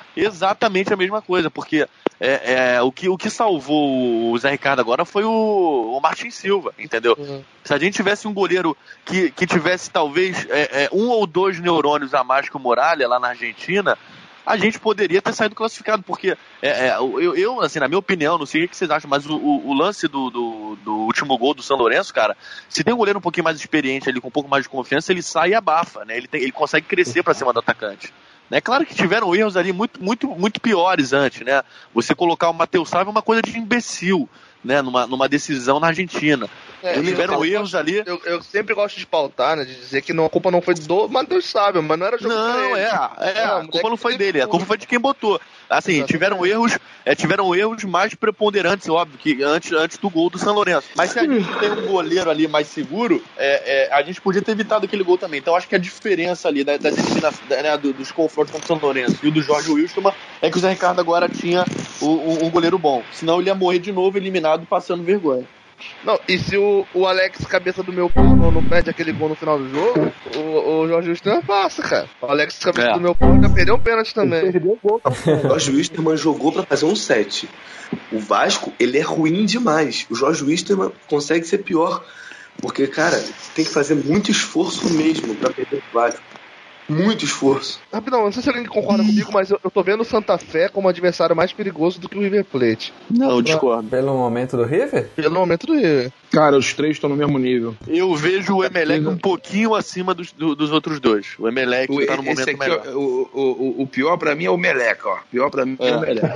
exatamente a mesma coisa, porque é, é, o, que, o que salvou o Zé Ricardo agora foi o, o Martin Silva, entendeu? Uhum. Se a gente tivesse um goleiro que, que tivesse talvez é, é, um ou dois neurônios a mais que o Muralha lá na Argentina, a gente poderia ter saído classificado, porque é, é, eu, eu, assim, na minha opinião, não sei o que vocês acham, mas o, o, o lance do, do, do último gol do São Lourenço, cara, se tem um goleiro um pouquinho mais experiente ali, com um pouco mais de confiança, ele sai e abafa, né? Ele, tem, ele consegue crescer pra cima do atacante. É claro que tiveram erros ali muito, muito, muito piores antes, né? Você colocar o Matheus Sávio é uma coisa de imbecil, né? Numa, numa decisão na Argentina. É, tiveram eu, erros ali. Eu, eu sempre gosto de pautar, né? De dizer que não, a culpa não foi do Matheus Sávio, mas não era jogo Não, é, é, a culpa não foi dele, a culpa foi de quem botou. Assim, Exatamente. tiveram erros, é, tiveram erros mais preponderantes, óbvio, que antes, antes do gol do São Lourenço. Mas se a gente tem um goleiro ali mais seguro, é, é, a gente podia ter evitado aquele gol também. Então acho que a diferença ali da, da, da, né, do, dos confrontos com o São Lourenço e o do Jorge Wilstermann é que o Zé Ricardo agora tinha um, um goleiro bom. Senão ele ia morrer de novo, eliminado, passando vergonha. Não, e se o, o Alex, cabeça do meu pau, não, não perde aquele gol no final do jogo, o, o Jorge Wilstermann passa, cara. O Alex, cabeça é. do meu pau, já perdeu um pênalti também. Ele perdeu um gol. O Jorge Wilstermann jogou pra fazer um sete. O Vasco, ele é ruim demais. O Jorge Wilstermann consegue ser pior. Porque, cara, tem que fazer muito esforço mesmo pra perder o Vasco. Muito esforço. Rapidão, não sei se alguém concorda comigo, mas eu, eu tô vendo o Santa Fé como adversário mais perigoso do que o River Plate. Não, eu discordo. Pelo momento do River? Pelo momento do River. Cara, os três estão no mesmo nível. Eu vejo o Emelec um pouquinho acima dos, do, dos outros dois. O Emelec o, tá no momento aqui, melhor. O, o, o pior pra mim é o Melec, ó. O pior pra mim é, é o Melec.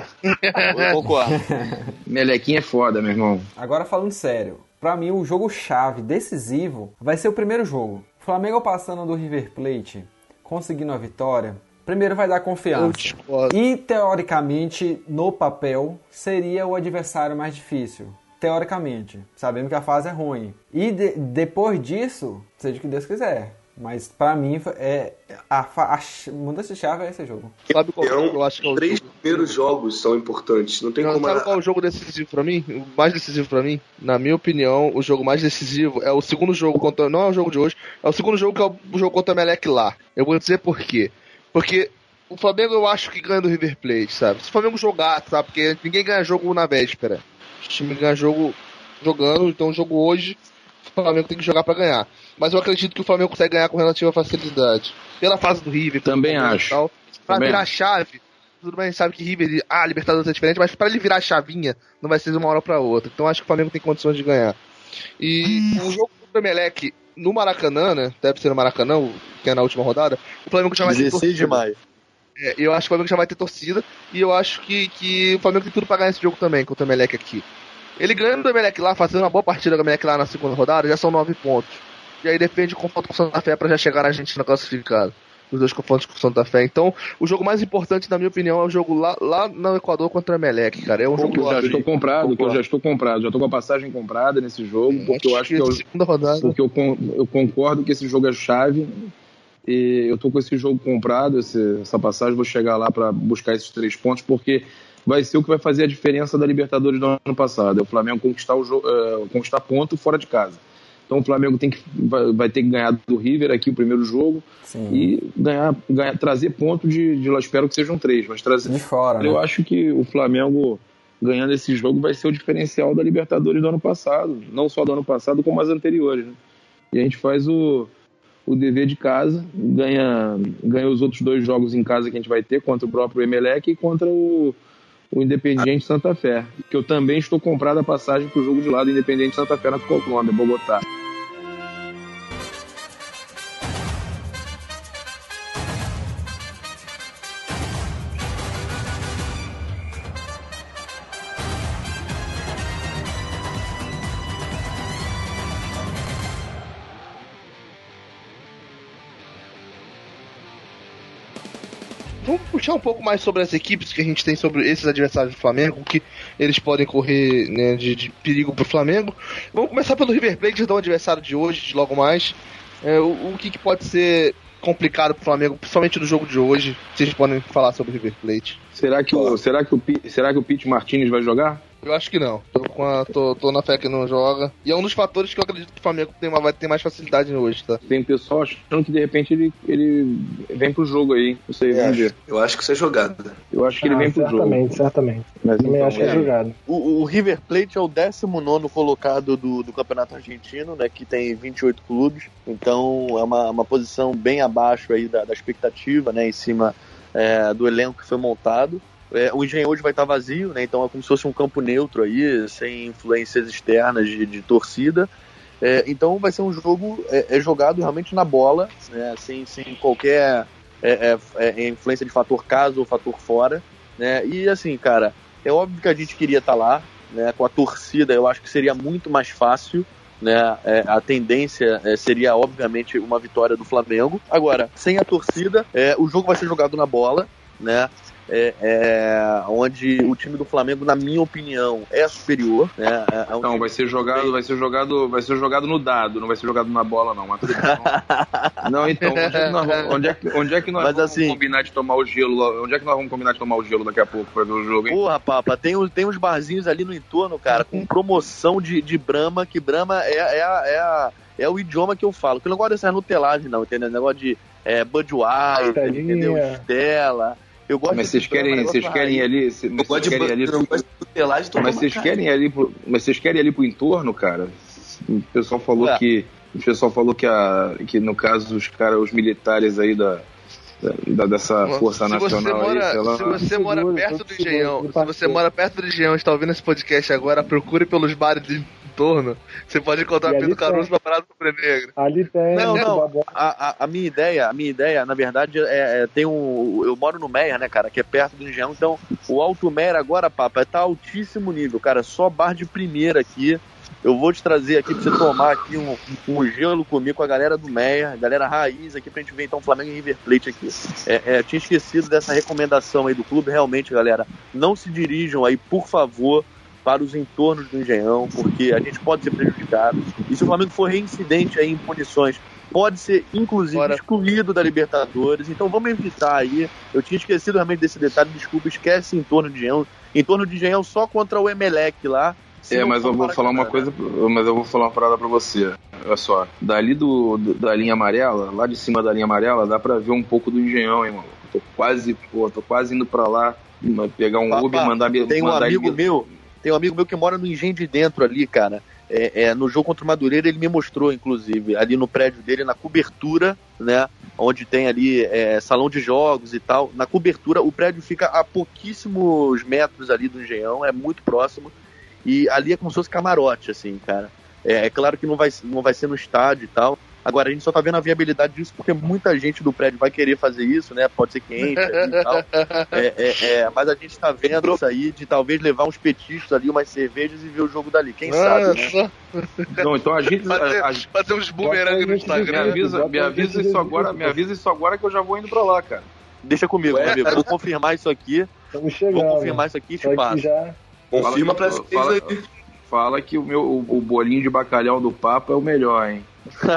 Eu concordo. Melequinho é foda, meu irmão. Agora falando sério, pra mim o jogo-chave, decisivo, vai ser o primeiro jogo. Flamengo passando do River Plate, conseguindo a vitória, primeiro vai dar confiança. E, teoricamente, no papel, seria o adversário mais difícil. Teoricamente. Sabendo que a fase é ruim. E de, depois disso, seja o que Deus quiser. Mas, pra mim, é, a, a, a mudança de chave é esse jogo. Sabe qual então, eu acho que é o três jogo? primeiros jogos são importantes. Não tem não, como... Sabe qual é o jogo decisivo pra mim? O mais decisivo pra mim? Na minha opinião, o jogo mais decisivo é o segundo jogo contra... Não é o jogo de hoje. É o segundo jogo que é o jogo contra o Emelec lá. Eu vou dizer por quê. Porque o Flamengo eu acho que ganha do River Plate, sabe? Se o Flamengo jogar, sabe? Porque ninguém ganha jogo na véspera. O time ganha jogo jogando. Então o jogo hoje, o Flamengo tem que jogar pra ganhar. Mas eu acredito que o Flamengo consegue ganhar com relativa facilidade. Pela fase do River. Também acho. Tal, pra Também virar acho. a chave, tudo bem, a gente sabe que River, ah, Libertadores é diferente, mas pra ele virar a chavinha, não vai ser de uma hora pra outra. Então acho que o Flamengo tem condições de ganhar. E o jogo contra o Emelec no Maracanã, né? Deve ser no Maracanã, que é na última rodada. O Flamengo já vai ter torcida. dezesseis de maio. É, eu acho que o Flamengo já vai ter torcida. E eu acho que, que o Flamengo tem tudo pra ganhar esse jogo também, contra o Emelec aqui. Ele ganhando do Emelec lá, fazendo uma boa partida do Emelec lá na segunda rodada, já são nove pontos. E aí depende do confronto com o Santa Fé pra já chegar na Argentina classificado. Os dois confrontos com o Santa Fé. Então, o jogo mais importante, na minha opinião, é o jogo lá, lá no Equador contra o Emelec, cara. É um jogo que eu já estou comprado, que eu já estou comprado. Já estou com a passagem comprada nesse jogo, porque eu acho que, que é o, segunda rodada. Porque eu, eu concordo que esse jogo é chave. E eu tô com esse jogo comprado, esse, essa passagem, vou chegar lá para buscar esses três pontos, porque vai ser o que vai fazer a diferença da Libertadores do ano passado. É o Flamengo conquistar, o jogo, uh, conquistar ponto fora de casa. Então o Flamengo tem que, vai, vai ter que ganhar do River aqui o primeiro jogo. Sim. E ganhar, ganhar, trazer ponto de, de, eu espero que sejam três, mas trazer de fora, eu né? acho que o Flamengo ganhando esse jogo vai ser o diferencial da Libertadores do ano passado, não só do ano passado, como as anteriores, né? E a gente faz o, o dever de casa, ganha, ganha os outros dois jogos em casa que a gente vai ter, contra o próprio Emelec e contra o, o Independiente Santa Fé, que eu também estou comprado a passagem para o jogo de lá do Independiente Santa Fé na Colômbia, Bogotá. Vamos puxar um pouco mais sobre as equipes que a gente tem, sobre esses adversários do Flamengo, que eles podem correr, né, de, de perigo pro Flamengo. Vamos começar pelo River Plate, que é o adversário de hoje, de logo mais. É, o, o que, que pode ser complicado pro Flamengo, principalmente no jogo de hoje? Vocês podem falar sobre o River Plate. Será que o, será que o, será que o Pete Martinez vai jogar? Eu acho que não. Tô, com a, tô, tô na fé que não joga. E é um dos fatores que eu acredito que o Flamengo tem uma, vai ter mais facilidade hoje, tá? Tem pessoal achando que de repente ele, ele vem pro jogo aí. Não sei, vamos ver. Eu acho que isso é jogado. Eu acho que ele Ah, vem pro jogo. certamente, certamente. Mas Também então, acho que é é. jogado. O, o River Plate é o décimo nono colocado do, do Campeonato Argentino, né, que tem vinte e oito clubes, então é uma, uma posição bem abaixo aí da, da expectativa, né, em cima é, do elenco que foi montado. É, o Engenhão hoje vai estar vazio, né, então é como se fosse um campo neutro aí, sem influências externas de, de torcida. É, então vai ser um jogo é, é jogado realmente na bola, né, sem, sem qualquer é, é, é, influência de fator casa ou fator fora, né, e assim, cara, é óbvio que a gente queria estar lá, né, com a torcida. Eu acho que seria muito mais fácil, né, é, a tendência é, seria obviamente uma vitória do Flamengo. Agora, sem a torcida, é, o jogo vai ser jogado na bola, né, é, é, onde o time do Flamengo, na minha opinião, é superior, né, é, é um Não, vai ser jogado, vai ser jogado, vai ser jogado no dado, não vai ser jogado na bola, não. Mas... não, então, onde é que nós vamos, onde é que, onde é que nós Mas, vamos assim, combinar de tomar o gelo? Onde é que nós vamos combinar de tomar o gelo daqui a pouco pra ver o jogo, hein? Porra, Papa, tem, os- tem uns barzinhos ali no entorno, cara, com promoção de, de Brahma, que Brahma é, é, a- é, a- é o idioma que eu falo. Que eu não gosto dessas nutelagem, não, entendeu? Negócio de é, Budweiser, Estelinha. entendeu? Estela. Eu gosto Mas de vocês querem, vocês querem ir ali, se- Eu vocês gosto de querem ir ali, eu gosto de tutelagem, tô mas vocês querem ir ali, pro, mas vocês querem ir ali pro entorno, cara? O pessoal falou Ué. que, o pessoal falou que a, que no caso os caras, os militares aí da, da dessa força se você nacional mora, aí, sei lá. se você mora Seguro, perto tô do seguro, Engenhão, tô se você parceiro. mora perto do Engenhão e está ouvindo esse podcast agora, procure pelos bares de entorno. Você pode encontrar E ali Pedro Caruso tem. pra parar do Cobre Negra. Ali tem. Não, não. Babó. A, a, a minha ideia, a minha ideia, na verdade, é, é tem um. Eu moro no Meia, né, cara, que é perto do Engenhão, então o Alto Meia agora, Papa, tá altíssimo nível, cara. Só bar de primeira aqui. Eu vou te trazer aqui pra você tomar aqui um, um gelo comigo com a galera do Meia, a galera raiz aqui pra gente ver então Flamengo e River Plate aqui. É, é, tinha esquecido dessa recomendação aí do clube. Realmente, galera, não se dirijam aí, por favor, para os entornos do Engenhão, porque a gente pode ser prejudicado. E se o Flamengo for reincidente aí em punições, pode ser, inclusive, Bora. excluído da Libertadores. Então vamos evitar aí. Eu tinha esquecido realmente desse detalhe, desculpa, esquece em torno de Engenhão. Em torno de Engenhão só contra o Emelec lá. Se É, não mas for eu vou falar uma Maracanã, coisa, mas eu vou falar uma parada pra você. Olha só, dali do, do- da linha amarela, lá de cima da linha amarela, dá pra ver um pouco do Engenhão, hein, mano. Tô quase, pô, tô quase indo pra lá, pegar um Papá, Uber e mandar me tem um mandar amigo ele- meu, tem um amigo meu que mora no Engenho de Dentro ali, cara. É, é, no jogo contra o Madureira ele me mostrou, inclusive, ali no prédio dele, na cobertura, né? Onde tem ali é, salão de jogos e tal. Na cobertura, o prédio fica a pouquíssimos metros ali do Engenhão, é muito próximo. E ali é como se fosse camarote, assim, cara. É, é claro que não vai, não vai ser no estádio e tal. Agora, a gente só tá vendo a viabilidade disso porque muita gente do prédio vai querer fazer isso, né? Pode ser que entre ali e tal. É, é, é, mas a gente tá vendo isso aí de talvez levar uns petiscos ali, umas cervejas e ver o jogo dali. Quem sabe, né? Não, então a gente. Fazer, a- a- fazer uns bumerangue no me Instagram. avisa, me avisa isso agora, me avisa isso agora que eu já vou indo pra lá, cara. Deixa comigo, meu amigo. Vou confirmar isso aqui. Estamos chegando. Vou confirmar isso aqui e te Só que passo. já. Confirma pra fala, vocês fala, aí. fala que o meu o, o bolinho de bacalhau do Papa é o melhor, hein?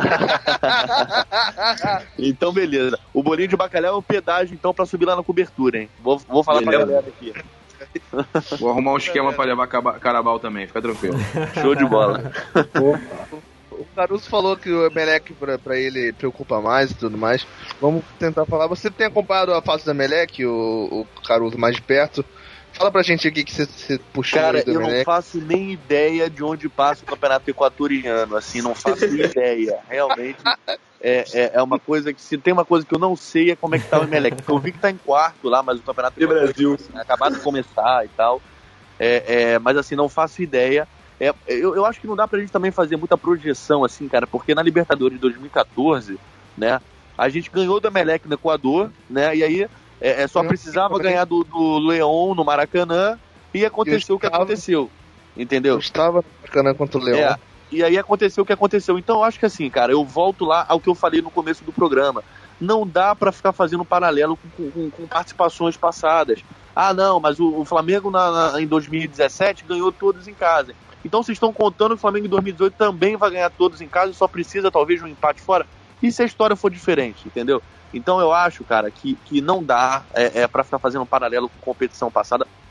Então, beleza. O bolinho de bacalhau é o pedágio, então, pra subir lá na cobertura, hein? Vou, vou falar Beleza. pra galera aqui. Vou arrumar um esquema pra levar caba- carabal também, fica tranquilo. Show de bola. O Caruso falou que o Emelec pra, pra ele preocupa mais e tudo mais. Vamos tentar falar. Você tem acompanhado a fase do Emelec, o, o Caruso, mais de perto? Fala pra gente aqui que você, você puxou Cara, aí do eu não Emelec. faço nem ideia de onde passa o campeonato equatoriano, assim, não faço ideia. Realmente, é, é, é uma coisa que, se tem uma coisa que eu não sei, é como é que tá o Emelec. Porque eu vi que tá em quarto lá, mas o campeonato E Brasil? é acabado de começar e tal. É, é, mas assim, não faço ideia. É, eu, eu acho que não dá pra gente também fazer muita projeção, assim, cara, porque na Libertadores de dois mil e catorze, né, a gente ganhou do Emelec no Equador, né, e aí é, é, só precisava ganhar do, do Leão no Maracanã e aconteceu o que aconteceu, entendeu? Eu estava no Maracanã contra o Leão. É, e aí aconteceu o que aconteceu. Então eu acho que assim, cara, eu volto lá ao que eu falei no começo do programa. Não dá pra ficar fazendo paralelo com, com, com participações passadas. Ah, não, mas o, o Flamengo na, na, em dois mil e dezessete ganhou todos em casa. Então vocês estão contando que o Flamengo em dois mil e dezoito também vai ganhar todos em casa e só precisa talvez de um empate fora? E se a história for diferente, entendeu? Então eu acho, cara, que, que não dá é, é, para ficar fazendo um paralelo com competição passada.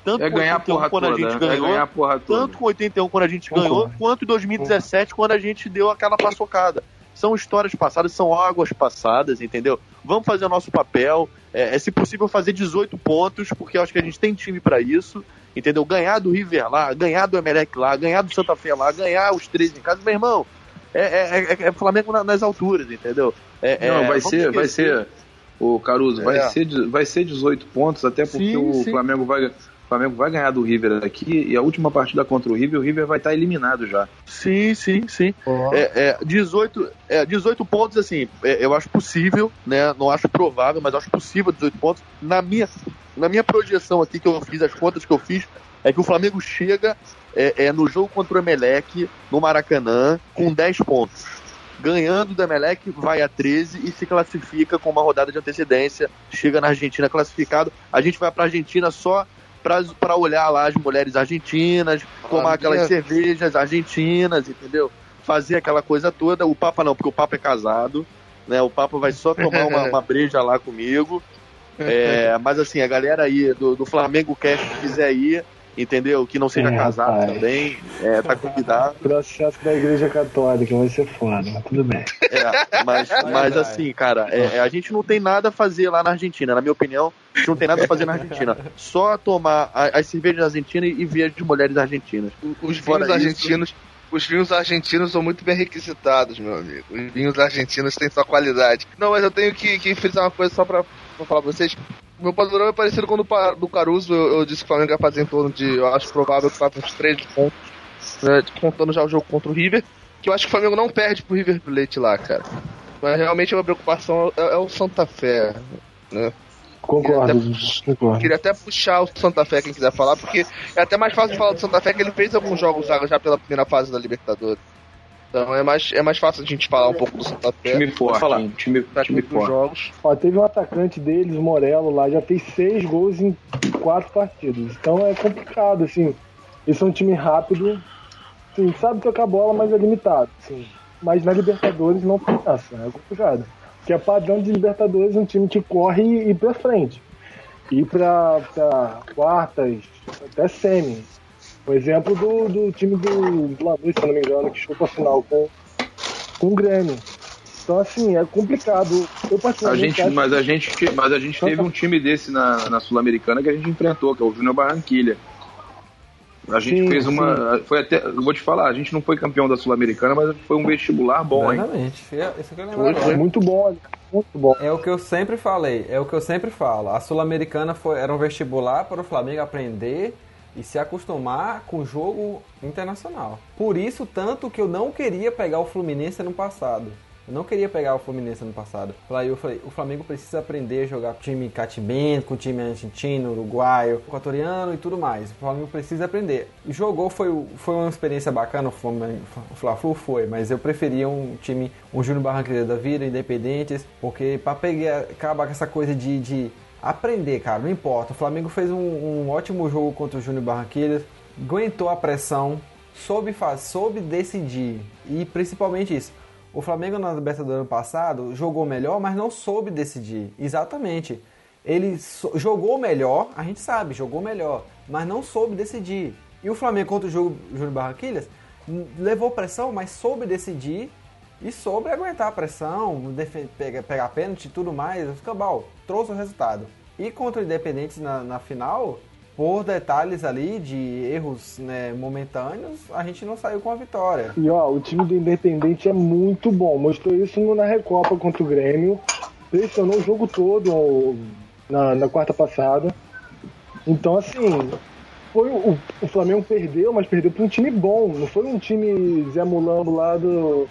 tanto é com ganhar a oitenta e um porra quando toda, a gente né? ganhou, é ganhar a porra toda. tanto com oitenta e um quando a gente Concordo. ganhou, quanto em dois mil e dezessete quando a gente deu aquela paçocada. São histórias passadas, são águas passadas, entendeu? Vamos fazer o nosso papel, é, é se possível fazer dezoito pontos, porque eu acho que a gente tem time pra isso, entendeu? Ganhar do River lá, ganhar do Emelec lá, ganhar do Santa Fé lá, ganhar os três em casa, meu irmão, é, é, é, é Flamengo na, nas alturas, entendeu? É, Não, é, vai vamos ser, vai esquecer. ser, o Caruso, vai, É. ser, de- vai ser dezoito pontos, até porque Sim, o sim. Flamengo vai, o Flamengo vai ganhar do River aqui, e a última partida contra o River, o River vai estar eliminado já. Sim, sim, sim. É, é, dezoito, é, dezoito pontos, assim, é, eu acho possível, né? Não acho provável, mas acho possível dezoito pontos. Na minha, na minha projeção aqui, que eu fiz, as contas que eu fiz, é que o Flamengo chega é, é, no jogo contra o Emelec, no Maracanã, com dez pontos. Ganhando do Emelec, vai a treze e se classifica com uma rodada de antecedência. Chega na Argentina classificado. A gente vai pra Argentina só para olhar lá as mulheres argentinas, tomar aquelas cervejas argentinas, entendeu? Fazer aquela coisa toda. O Papa não, porque o Papa é casado, né? O Papa vai só tomar uma, uma breja lá comigo. É, mas assim, a galera aí do, do Flamengo Cast que quiser ir, entendeu? Que não seja É, casado rapaz. também, é, tá convidado. Processo da Igreja Católica vai ser foda, mas tudo bem. É, mas, mas assim, cara, é, a gente não tem nada a fazer lá na Argentina, na minha opinião, a gente não tem nada a fazer na Argentina. Só tomar a- as cervejas argentinas e ver as mulheres argentinas. Os Fora vinhos isso- argentinos, os vinhos argentinos são muito bem requisitados, meu amigo. Os vinhos argentinos têm sua qualidade. Não, mas eu tenho que, que frisar uma coisa só pra, pra falar pra vocês. Meu padrão é parecido com o do, Pa- do Caruso. Eu, eu disse que o Flamengo ia fazer em torno de, eu acho provável que faça uns três pontos, né, contando já o jogo contra o River. Que eu acho que o Flamengo não perde pro River Plate lá, cara. Mas realmente a minha preocupação é, é o Santa Fé, né? Concordo, Queria até, concordo. queria até puxar o Santa Fé, quem quiser falar, porque é até mais fácil de falar do Santa Fé, que ele fez alguns jogos já já pela primeira fase da Libertadores. Então é mais, é mais fácil a gente falar um pouco do Santa Fé. Time forte, falar. hein? time, time Dos forte. jogos. Ó, teve um atacante deles, Morello, lá, já fez seis gols em quatro partidas. Então é complicado, assim. Eles são um time rápido, assim, sabe tocar a bola, mas é limitado, assim. Mas na Libertadores não tem essa, é complicado. Porque é padrão de Libertadores, um time que corre e ir pra frente. Ir pra, pra quartas, até semi. O exemplo do, do time do, do Lanús, se eu não me engano, que chegou pra final com, com o Grêmio. Então, assim, é complicado. Eu A particularmente gente, acho mas a que- gente, mas a gente teve um time desse na, na Sul-Americana que a gente enfrentou, que é o Júnior Barranquilha. A gente Sim, fez uma. Foi até. Eu vou te falar, a gente não foi campeão da Sul-Americana, mas foi um vestibular bom, hein? Exatamente. Isso que eu lembro Foi, agora. foi muito bom, olha, muito bom. É o que eu sempre falei, é o que eu sempre falo. A Sul-Americana foi, era um vestibular para o Flamengo aprender e se acostumar com o jogo internacional. Por isso, tanto que eu não queria pegar o Fluminense no passado. Eu não queria pegar o Fluminense no passado. Aí eu falei, o Flamengo precisa aprender a jogar com time catimento, com time argentino, uruguaio, equatoriano e tudo mais. O Flamengo precisa aprender. Jogou, foi, foi uma experiência bacana, o Flamengo- o Fla-Flu foi, mas eu preferia um time, um Júnior Barranquilla da vida, Independentes, porque para pegar, acabar com essa coisa de, de aprender, cara, não importa. O Flamengo fez um, um ótimo jogo contra o Júnior Barranquilla, aguentou a pressão, soube, faz, soube decidir e principalmente isso. O Flamengo na Libertadores do ano passado jogou melhor, mas não soube decidir. Exatamente. Ele so- jogou melhor, a gente sabe, jogou melhor, mas não soube decidir. E o Flamengo contra o jogo Júnior Barranquillas n- levou pressão, mas soube decidir e soube aguentar a pressão, defe- pegar, pegar pênalti e tudo mais. O Cabal trouxe o resultado. E contra o Independente na, na final, por detalhes ali de erros, né, momentâneos, a gente não saiu com a vitória. E ó, o time do Independente é muito bom. Mostrou isso no- na Recopa contra o Grêmio. Pressionou o jogo todo ó, na, na quarta passada. Então, assim, foi o, o Flamengo perdeu, mas perdeu para um time bom. Não foi um time Zé Mulambo lá do,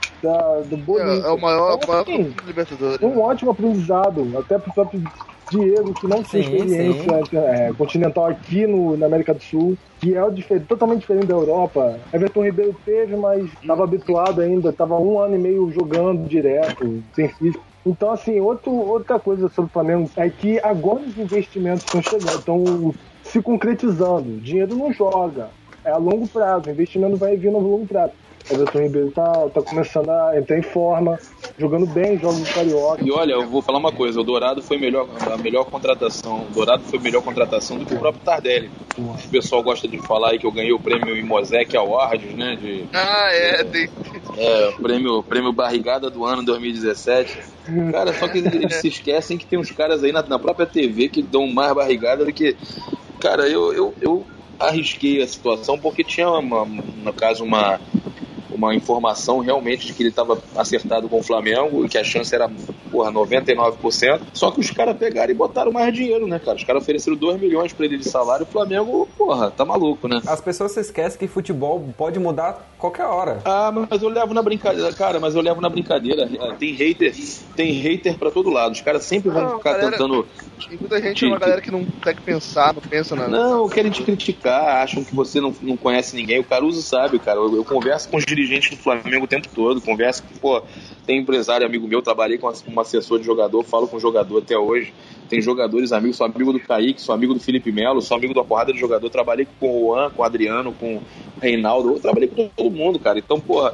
da, do Bolívia. É, é o maior, Então, maior assim, campeão da Libertadores. foi um ótimo aprendizado, até pro próprio Diego, que não tinha Sim, experiência é, continental aqui no, na América do Sul, que é o difer- totalmente diferente da Europa. Everton Ribeiro teve, mas estava habituado ainda, estava um ano e meio jogando direto, sem físico. Então, assim, outro, outra coisa sobre o Flamengo é que agora os investimentos estão chegando, estão se concretizando. O dinheiro não joga, é a longo prazo, o investimento vai vir no longo prazo. Everton Ribeiro tá, tá começando a entrar em forma, jogando bem jogos do Carioca. E olha, eu vou falar uma coisa, o Dourado foi melhor, a melhor contratação, o Dourado foi melhor contratação do que o próprio Tardelli. O pessoal gosta de falar aí que eu ganhei o prêmio Imosec Awards, né? De, ah, é, tem... é, prêmio, prêmio Barrigada do ano dois mil e dezessete. Cara, só que eles se esquecem que tem uns caras aí na, na própria T V que dão mais barrigada do que... Cara, eu, eu, eu arrisquei a situação porque tinha, uma, no caso, uma... uma informação realmente de que ele estava acertado com o Flamengo e que a chance era, porra, noventa e nove por cento. Só que os caras pegaram e botaram mais dinheiro, né, cara? Os caras ofereceram dois milhões pra ele de salário e o Flamengo, porra, tá maluco, né? As pessoas se esquecem que futebol pode mudar qualquer hora. Ah, mas eu levo na brincadeira, cara, mas eu levo na brincadeira. Tem hater, tem hater pra todo lado. Os caras sempre vão não, ficar galera, tentando... E muita gente é uma galera que não consegue pensar, não pensa nada. Não, querem te criticar, acham que você não, não conhece ninguém. O Caruso sabe, cara. Eu, eu converso com os dirigentes do Flamengo o tempo todo, converso com, pô, tem empresário amigo meu, trabalhei com um assessor de jogador, falo com jogador até hoje, tem jogadores amigos, sou amigo do Kaique, sou amigo do Felipe Melo, sou amigo da porrada de jogador, trabalhei com o Juan, com o Adriano, com o Reinaldo, eu trabalhei com todo mundo, cara, então, porra,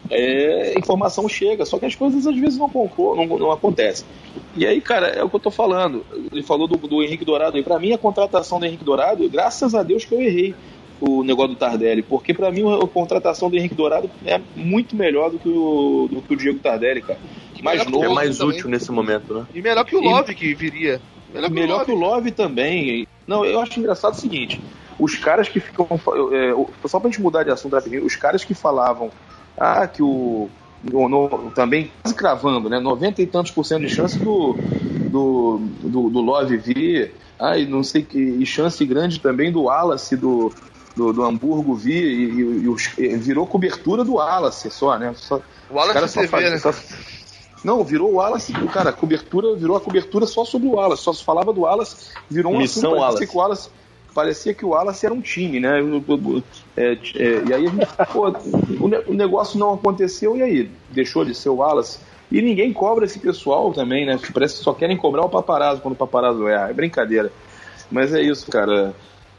é, informação chega, só que as coisas às vezes não, não, não acontecem. E aí, cara, é o que eu tô falando, ele falou do, do Henrique Dourado, e pra mim a contratação do Henrique Dourado, graças a Deus que eu errei o negócio do Tardelli, porque pra mim a contratação do Henrique Dourado é muito melhor do que o, do que o Diego Tardelli, cara. Mais novo, é mais também. útil nesse momento, né? E melhor que o Love, e, que viria. Melhor, que, melhor o que o Love também. Não, eu acho engraçado o seguinte, os caras que ficam, é, só pra gente mudar de assunto rapidinho, os caras que falavam, ah, que o no, no, também quase cravando, né, noventa e tantos por cento de chance do do, do, do Love vir, ah, e não sei que, e chance grande também do Wallace, do Do, do Hamburgo vir e, e, e, e virou cobertura do Wallace só, né? Só, o Wallace só faz, né? Só, não, virou o Wallace, cara, a cobertura, virou a cobertura só sobre o Wallace, só se falava do Wallace, virou um Missão assunto, Wallace. Parecia que o Wallace. Parecia que o Wallace era um time, né? É, é, e aí a gente, pô, o, o negócio não aconteceu, e aí? Deixou de ser o Wallace. E ninguém cobra esse pessoal também, né? Parece que só querem cobrar o paparazzo quando o paparazzo erra. É brincadeira. Mas é isso, cara.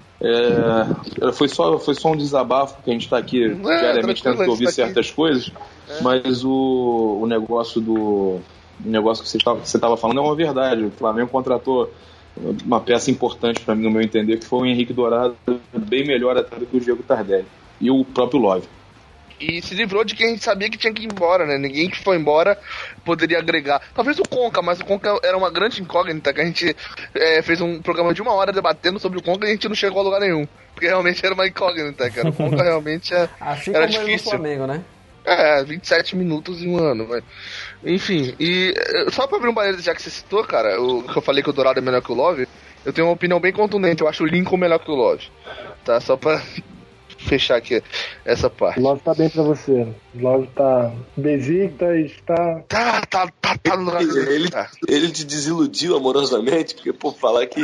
É, foi, só, foi só um desabafo que a gente está aqui é, diariamente tentando ouvir tá certas coisas, é. Mas o, o negócio do o negócio que você estava falando é uma verdade. O Flamengo contratou uma peça importante para mim, no meu entender, que foi o Henrique Dourado, bem melhor até do que o Diego Tardelli e o próprio Love. E se livrou de quem a gente sabia que tinha que ir embora, né? Ninguém que foi embora poderia agregar. Talvez o Conca, mas o Conca era uma grande incógnita, que a gente é, fez um programa de uma hora debatendo sobre o Conca e a gente não chegou a lugar nenhum. Porque realmente era uma incógnita, cara. O Conca realmente é, assim era como difícil. No Flamengo, né? É, vinte e sete minutos em um ano, velho. Enfim, e só pra abrir um parênteses, já que você citou, cara, o que eu falei que o Dourado é melhor que o Love, eu tenho uma opinião bem contundente. Eu acho o Lincoln melhor que o Love. Tá? Só pra fechar aqui essa parte. O Love tá bem pra você. O Love tá Besiktas, tá... Tá, tá, tá, tá no ele, ele, ele te desiludiu amorosamente, porque, pô, falar que...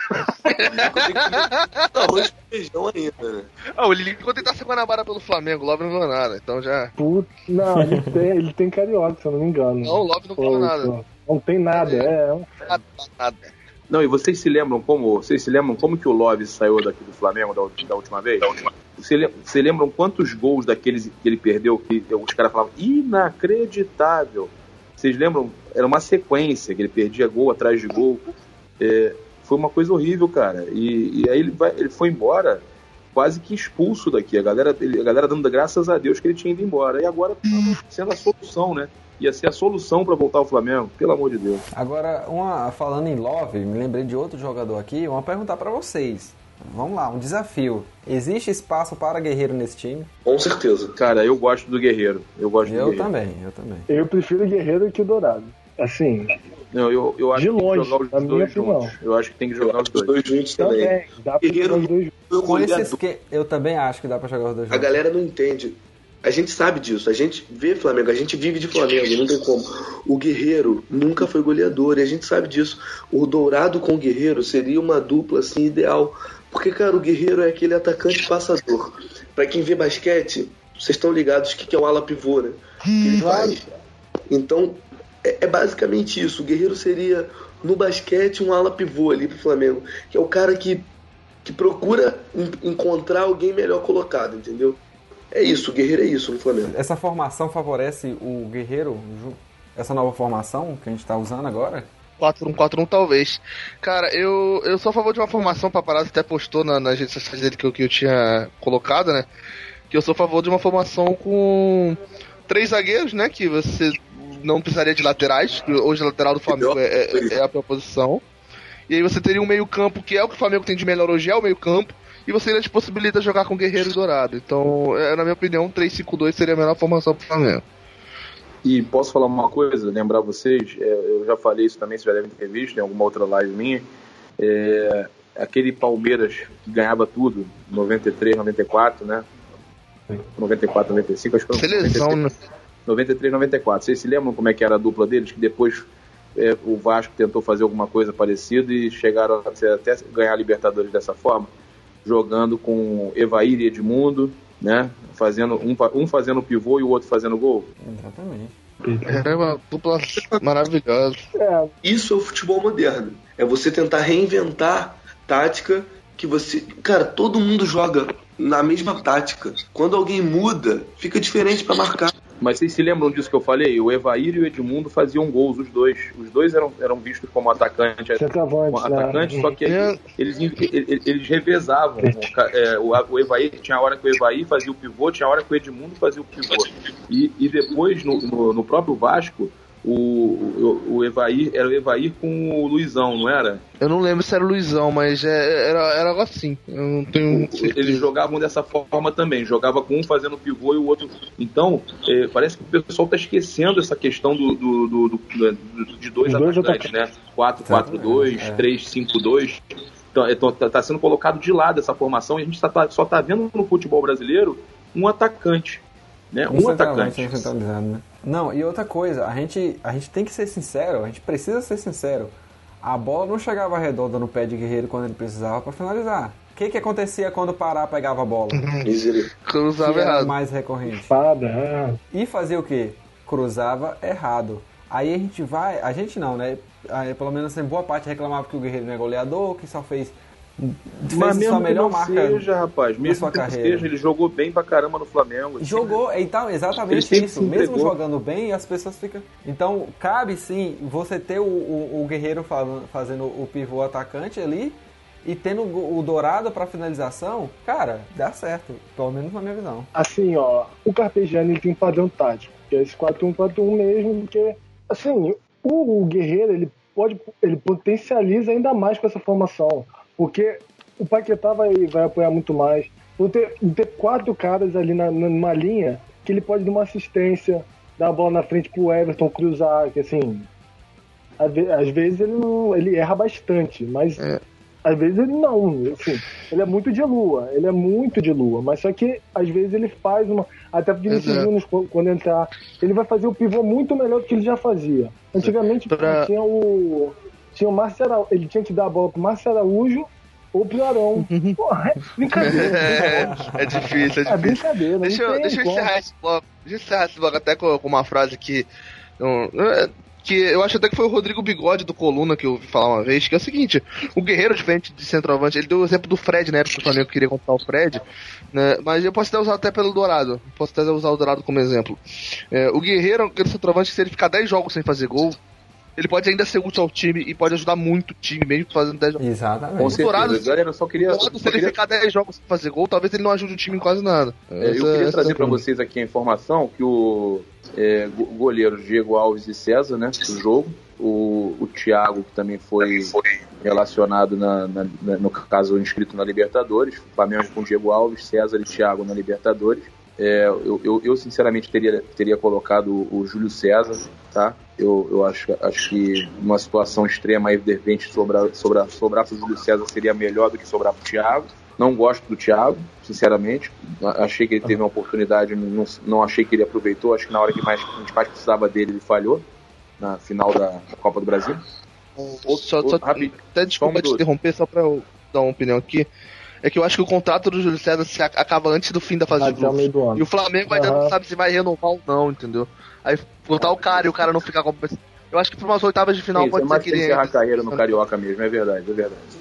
Não, arroz com feijão ainda, né? Ah, o Lincoln tentar ser Guanabara pelo Flamengo, o Love não falou nada, então já... Putz, não, ele tem, ele tem carioca, se eu não me engano. Não, o Love não falou nada. Não tem nada, é... é um... Nada, nada. Não, e vocês se lembram como, vocês se lembram como que o Love saiu daqui do Flamengo da, da última vez? Da última. Vocês se lembram quantos gols daqueles que ele perdeu que os caras falavam inacreditável? Vocês lembram? Era uma sequência que ele perdia gol atrás de gol. É, foi uma coisa horrível, cara. E, e aí ele, vai, ele foi embora quase que expulso daqui. A galera, ele, a galera dando graças a Deus que ele tinha ido embora. E agora tá sendo a solução, né? Ia ser a solução para voltar ao Flamengo, pelo amor de Deus. Agora, uma, falando em Love, me lembrei de outro jogador aqui, vou perguntar para vocês. Vamos lá, um desafio. Existe espaço para Guerreiro nesse time? Com certeza. Cara, eu gosto do Guerreiro. Eu gosto eu do Guerreiro. também, eu também. Eu prefiro o Guerreiro que o Dourado. Assim, não, eu, eu acho de que tem longe, que jogar os dois juntos. Eu acho que tem que jogar os dois, dois juntos também. também. Dá pra Guerreiro, jogar os dois juntos. Com esses que eu também acho que dá para jogar os dois juntos. A galera não entende. A gente sabe disso, a gente vê Flamengo, a gente vive de Flamengo, não tem como. O Guerreiro nunca foi goleador e a gente sabe disso. O Dourado com o Guerreiro seria uma dupla assim ideal. Porque, cara, o Guerreiro é aquele atacante passador. Pra quem vê basquete, vocês estão ligados o que é o ala pivô, né? Que ele faz. Então, é, é basicamente isso. O Guerreiro seria, no basquete, um ala pivô ali pro Flamengo. Que é o cara que, que procura encontrar alguém melhor colocado, entendeu? É isso, o Guerreiro é isso no Flamengo. Essa formação favorece o Guerreiro? Essa nova formação que a gente tá usando agora? quatro um quatro um talvez. Cara, eu, eu sou a favor de uma formação, Paparazzi até postou na, nas redes sociais dele que eu, que eu tinha colocado, né? Que eu sou a favor de uma formação com três zagueiros, né? Que você não precisaria de laterais, que hoje a lateral do Flamengo é, é, é a pior posição. E aí você teria um meio campo, que é o que o Flamengo tem de melhor hoje, é o meio campo, e você ainda te possibilita jogar com Guerreiro e Dourado. Então, é, na minha opinião, três cinco dois seria a melhor formação pro Flamengo. E posso falar uma coisa, lembrar vocês, é, eu já falei isso também, vocês já devem ter visto em alguma outra live minha, é, aquele Palmeiras que ganhava tudo, noventa e três, noventa e quatro, né? noventa e quatro, noventa e cinco, acho que foi Seleção, né? noventa e três, noventa e quatro. Vocês se lembram como é que era a dupla deles? Que depois é, o Vasco tentou fazer alguma coisa parecida e chegaram a até ganhar a Libertadores dessa forma, jogando com Evair e Edmundo, né? Fazendo, um, um fazendo pivô e o outro fazendo gol. Exatamente. É uma dupla maravilhosa. É. Isso é o futebol moderno. É você tentar reinventar tática que você... Cara, todo mundo joga na mesma tática. Quando alguém muda, fica diferente pra marcar. Mas vocês se lembram disso que eu falei? O Evair e o Edmundo faziam gols, os dois. Os dois eram, eram vistos como atacante, como atacante, né? Só que eles, eles, eles, eles revezavam. É, o, o Evair, tinha a hora que o Evair fazia o pivô, tinha a hora que o Edmundo fazia o pivô. E, e depois, no, no, no próprio Vasco, o, o, o Evair era o Evair com o Luizão, não era? Eu não lembro se era o Luizão, mas é, era, era algo assim. Eu não tenho certeza. Eles jogavam dessa forma também, jogava com um fazendo pivô e o outro. Então, é, parece que o pessoal está esquecendo essa questão do, do, do, do, do de dois atacantes, né? quatro quatro dois, é. três cinco dois. Então, está tá sendo colocado de lado essa formação e a gente tá, só está vendo no futebol brasileiro um atacante. Né? Um, um atacante. Né? Não, e outra coisa, a gente, a gente tem que ser sincero, a gente precisa ser sincero. A bola não chegava redonda no pé de Guerreiro quando ele precisava para finalizar. O que que acontecia quando o Pará pegava a bola? Cruzava que era errado. mais recorrente. Espada. E fazia o quê? Cruzava errado. Aí a gente vai, a gente não, né? Aí, pelo menos em boa parte reclamava que o Guerreiro não é goleador, que só fez... Mas mesmo sua melhor que não marca seja, rapaz, mesmo sua que não carreira. seja, ele jogou bem pra caramba no Flamengo. Assim, jogou, né? Então, exatamente isso. Mesmo jogando bem, as pessoas ficam... Então, cabe sim você ter o, o, o Guerreiro fazendo o pivô atacante ali e tendo o Dourado pra finalização, cara, dá certo. Pelo menos na minha visão. Assim, ó, o Carpegiani ele tem um padrão tático, que é esse quatro um quatro um mesmo, porque, assim, o, o Guerreiro, ele pode, ele potencializa ainda mais com essa formação. Porque o Paquetá vai, vai apoiar muito mais. Vou ter, ter quatro caras ali na, numa linha que ele pode dar uma assistência, dar a bola na frente pro Everton cruzar, que assim, às, às vezes ele, não, ele erra bastante, mas é. às vezes ele não. Assim, ele é muito de lua, ele é muito de lua, mas só que às vezes ele faz uma... Até porque Vinícius Júnior, quando entrar, ele vai fazer o pivô muito melhor do que ele já fazia. Antigamente pra... tinha o... Tinha o Márcio Araújo, ele tinha que dar a bola pro Márcio Araújo ou pro Arão. Porra, é brincadeira. É, é difícil, é difícil. É brincadeira. Deixa eu, deixa eu encerrar esse bloco. Deixa eu encerrar esse bloco até com, com uma frase que, um, que eu acho até que foi o Rodrigo Bigode do Coluna que eu ouvi falar uma vez, que é o seguinte: o Guerreiro, diferente de centroavante, ele deu o exemplo do Fred, né? Porque o Flamengo queria comprar o Fred, né? Mas eu posso até usar até pelo Dourado. Posso até usar o Dourado como exemplo. É, o Guerreiro é aquele centroavante que, se ele ficar dez jogos sem fazer gol, ele pode ainda ser útil ao time e pode ajudar muito o time, mesmo fazendo dez jogos. Exatamente. Com certeza. Dourado, Galera, eu só queria... Dourado, se ele queria... ficar dez jogos sem fazer gol, talvez ele não ajude o time em quase nada. É, eu queria trazer para vocês aqui a informação que o é, goleiro Diego Alves e César, né, do jogo, o, o Thiago, que também foi relacionado, na, na, na, no caso, inscrito na Libertadores, Flamengo com Diego Alves, César e Thiago na Libertadores. É, eu, eu, eu sinceramente teria, teria colocado o, o Júlio César, tá? Eu, eu acho, acho que numa situação extrema aí, de repente, sobrar, sobrar, sobrar para o Júlio César seria melhor do que sobrar para o Thiago. Não gosto do Thiago, sinceramente. Achei que ele teve uma oportunidade, não, não achei que ele aproveitou. Acho que na hora que mais, a gente mais precisava dele, ele falhou na final da Copa do Brasil. Outro, só, só, rápido, até desculpa te interromper, só para eu dar uma opinião aqui. É que eu acho que o contrato do Júlio César se acaba antes do fim da fase de grupos. E o Flamengo ainda uhum. não sabe se vai renovar ou não, entendeu? Aí botar o cara e o cara não ficar compensando. Eu acho que para umas oitavas de final Isso, pode é ser mais que ele encerrar a carreira no Carioca mesmo, é verdade, é verdade.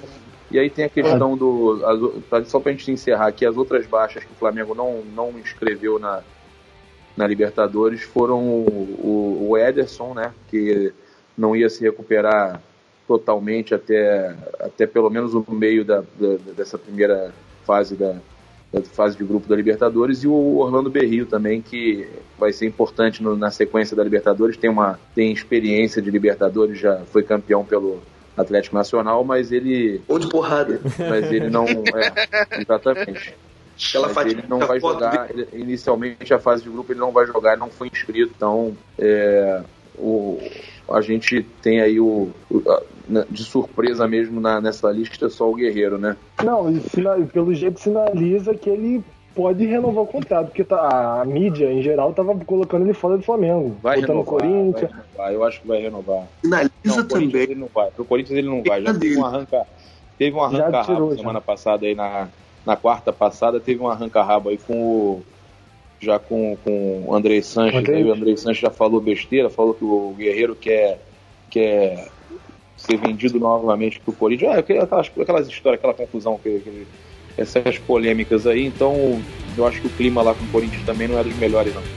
E aí tem a questão do... As, só pra gente encerrar aqui, as outras baixas que o Flamengo não, não inscreveu na, na Libertadores foram o, o, o Ederson, né? Que não ia se recuperar totalmente até, até pelo menos o meio da, da, dessa primeira fase da, da fase de grupo da Libertadores, e o Orlando Berrio também, que vai ser importante no, na sequência da Libertadores, tem, uma, tem experiência de Libertadores, já foi campeão pelo Atlético Nacional, mas ele... Ou de porrada. Mas ele não... É, exatamente. Aquela mas ele não vai jogar, ele, inicialmente a fase de grupo ele não vai jogar, ele não foi inscrito, então é, o, a gente tem aí o... o de surpresa mesmo na, nessa lista só o Guerreiro, né? Não, e, sinal, e pelo jeito sinaliza que ele pode renovar o contrato, porque tá, a mídia em geral tava colocando ele fora do Flamengo. Vai renovar, no Corinthians. vai renovar, eu acho que vai renovar. Sinaliza não, também. Ele não vai. Pro Corinthians ele não vai. Já teve um arranca, teve um arranca-rabo semana passada aí na, na quarta passada, teve um arranca-rabo aí com o já com, com o André Sanches. André. Aí o André Sanches já falou besteira, falou que o Guerreiro quer, quer ser vendido novamente pro Corinthians. Ah, aquelas, aquelas histórias, aquela confusão, que, que, essas polêmicas aí. Então, eu acho que o clima lá com o Corinthians também não é dos melhores, não.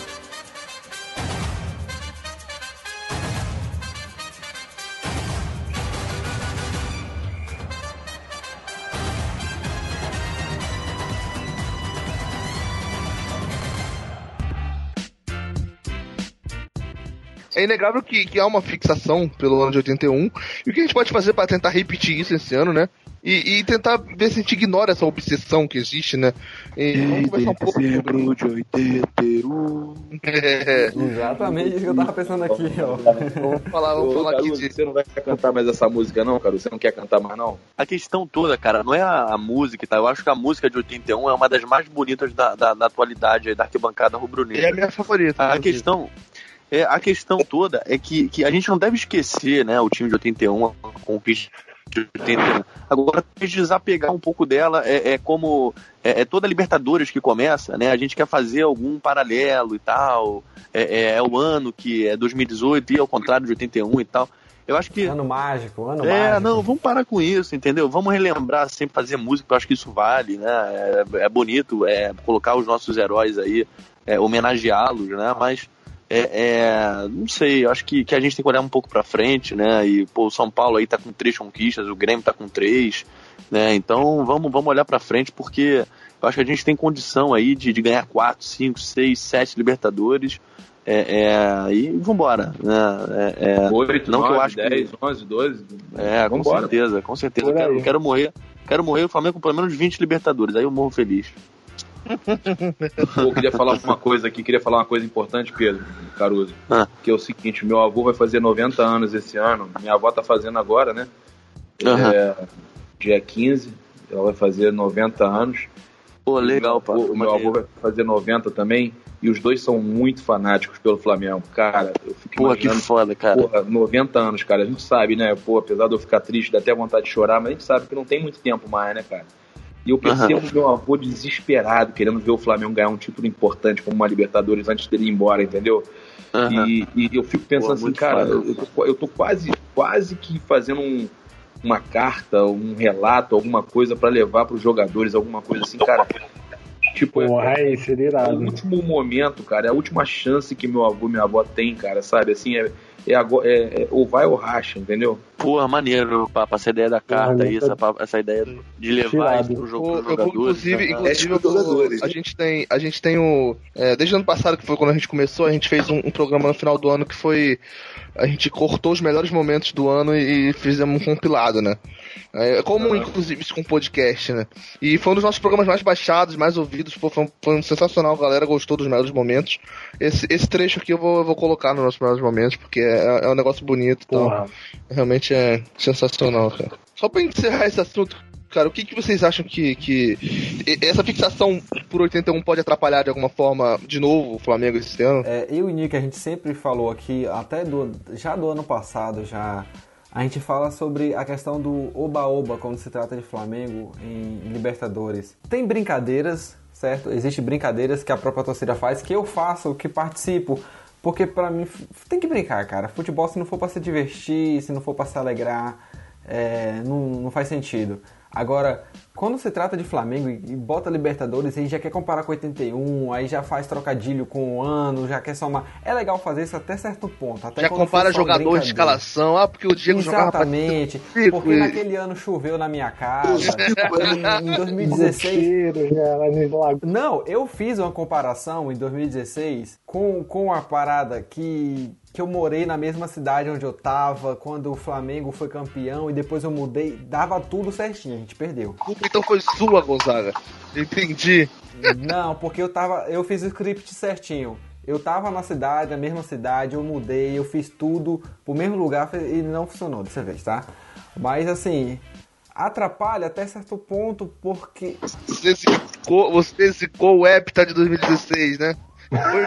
É inegável que, que há uma fixação pelo ano de oitenta e um, e o que a gente pode fazer para tentar repetir isso esse ano, né? E, e tentar ver se a gente ignora essa obsessão que existe, né? E vamos conversar um pouco sobre... de oitenta e um. É. Exatamente isso que eu tava pensando aqui, ó. Vamos falar, vamos Ô, falar Caruso, aqui de... Você não vai cantar mais essa música não, Caruso? Você não quer cantar mais não? A questão toda, cara, não é a, a música, tá? Eu acho que a música de oitenta e um é uma das mais bonitas da, da, da atualidade aí, da arquibancanda rubro-negra. É a minha favorita. A questão... É, a questão toda é que, que a gente não deve esquecer, né, o time de oitenta e um, a conquista de oitenta e um. Agora, desapegar um pouco dela é, é como é, é toda a Libertadores que começa, né, a gente quer fazer algum paralelo e tal, é, é, é o ano que é dois mil e dezoito e ao contrário de oitenta e um e tal. Eu acho que... Ano mágico, ano é, mágico. não, vamos parar com isso, entendeu? Vamos relembrar, sempre fazer música, eu acho que isso vale, né, é, é bonito, é, colocar os nossos heróis aí, é, homenageá-los, né, mas... É, é, não sei, eu acho que, que a gente tem que olhar um pouco pra frente, né, e pô, o São Paulo aí tá com três conquistas, o Grêmio tá com três, né, então vamos, vamos olhar pra frente, porque eu acho que a gente tem condição aí de, de ganhar quatro, cinco, seis, sete Libertadores, é, é, e vambora, né, é, é, oito, não nove, que eu acho dez, que... onze, doze, é, com vambora. certeza, com certeza, eu quero, eu quero morrer, quero morrer o Flamengo com pelo menos vinte Libertadores, aí eu morro feliz. Eu queria falar uma coisa aqui, queria falar uma coisa importante, Pedro Caruso, ah. que é o seguinte, meu avô vai fazer noventa anos esse ano, minha avó tá fazendo agora, né, uhum. é, dia quinze, ela vai fazer noventa anos. Pô, legal, pô. O meu avô vai fazer noventa também, e os dois são muito fanáticos pelo Flamengo, cara, eu fico Pô, que foda, cara. Porra, noventa anos, cara, a gente sabe, né, pô, apesar de eu ficar triste, dá até vontade de chorar, mas a gente sabe que não tem muito tempo mais, né, cara. E eu percebo uhum. meu avô desesperado, querendo ver o Flamengo ganhar um título importante como uma Libertadores antes dele ir embora, entendeu? Uhum. E, e eu fico pensando Pô, assim, cara, eu, eu, tô, eu tô quase, quase que fazendo um, uma carta, um relato, alguma coisa pra levar pros jogadores, alguma coisa assim, cara. Tipo, Porra, é, é, seria irado. É o último momento, cara, é a última chance que meu avô e minha avó tem, cara, sabe? Assim, é, é, é, é ou vai ou racha, entendeu? Porra, maneiro, papo, essa ideia da carta aí, essa, essa ideia de levar isso pro jogo dos jogadores. Inclusive, né? inclusive é, jogadores, a, gente tem, a gente tem o... É, desde o ano passado, que foi quando a gente começou, a gente fez um, um programa no final do ano que foi... A gente cortou os melhores momentos do ano e, e fizemos um compilado, né? É comum, inclusive, isso com podcast, né? E foi um dos nossos programas mais baixados, mais ouvidos. Pô, foi, um, foi um sensacional, a galera gostou dos melhores momentos. Esse, esse trecho aqui eu vou, eu vou colocar nos nossos melhores momentos, porque é, é um negócio bonito. Então, realmente é sensacional, cara. Só pra encerrar esse assunto, cara, o que, que vocês acham que, que essa fixação por oitenta e um pode atrapalhar de alguma forma, de novo, o Flamengo esse ano? É, eu e o Nick, a gente sempre falou aqui, até do, já do ano passado, já a gente fala sobre a questão do oba-oba quando se trata de Flamengo em Libertadores. Tem brincadeiras, certo? Existem brincadeiras que a própria torcida faz, que eu faço, que participo, porque pra mim tem que brincar, cara. Futebol, se não for pra se divertir, se não for pra se alegrar, é, não, não faz sentido. Agora, quando se trata de Flamengo e, e bota Libertadores, aí já quer comparar com oitenta e um, aí já faz trocadilho com o ano, já quer somar. É legal fazer isso até certo ponto. Até já compara jogador de escalação, ah, porque o Diego jogava pra... Exatamente, porque naquele ano choveu na minha casa, em, em dois mil e dezesseis... Não, eu fiz uma comparação em dois mil e dezesseis com, com a parada que... que eu morei na mesma cidade onde eu tava, quando o Flamengo foi campeão, e depois eu mudei, dava tudo certinho, a gente perdeu. Então foi sua, Gonzaga. Entendi. Não, porque eu tava, eu fiz o script certinho. Eu tava na cidade, na mesma cidade, eu mudei, eu fiz tudo pro mesmo lugar e não funcionou dessa vez, tá? Mas assim, atrapalha até certo ponto, porque... Você zicou, você zicou o Hepta de dois mil e dezesseis, né? Foi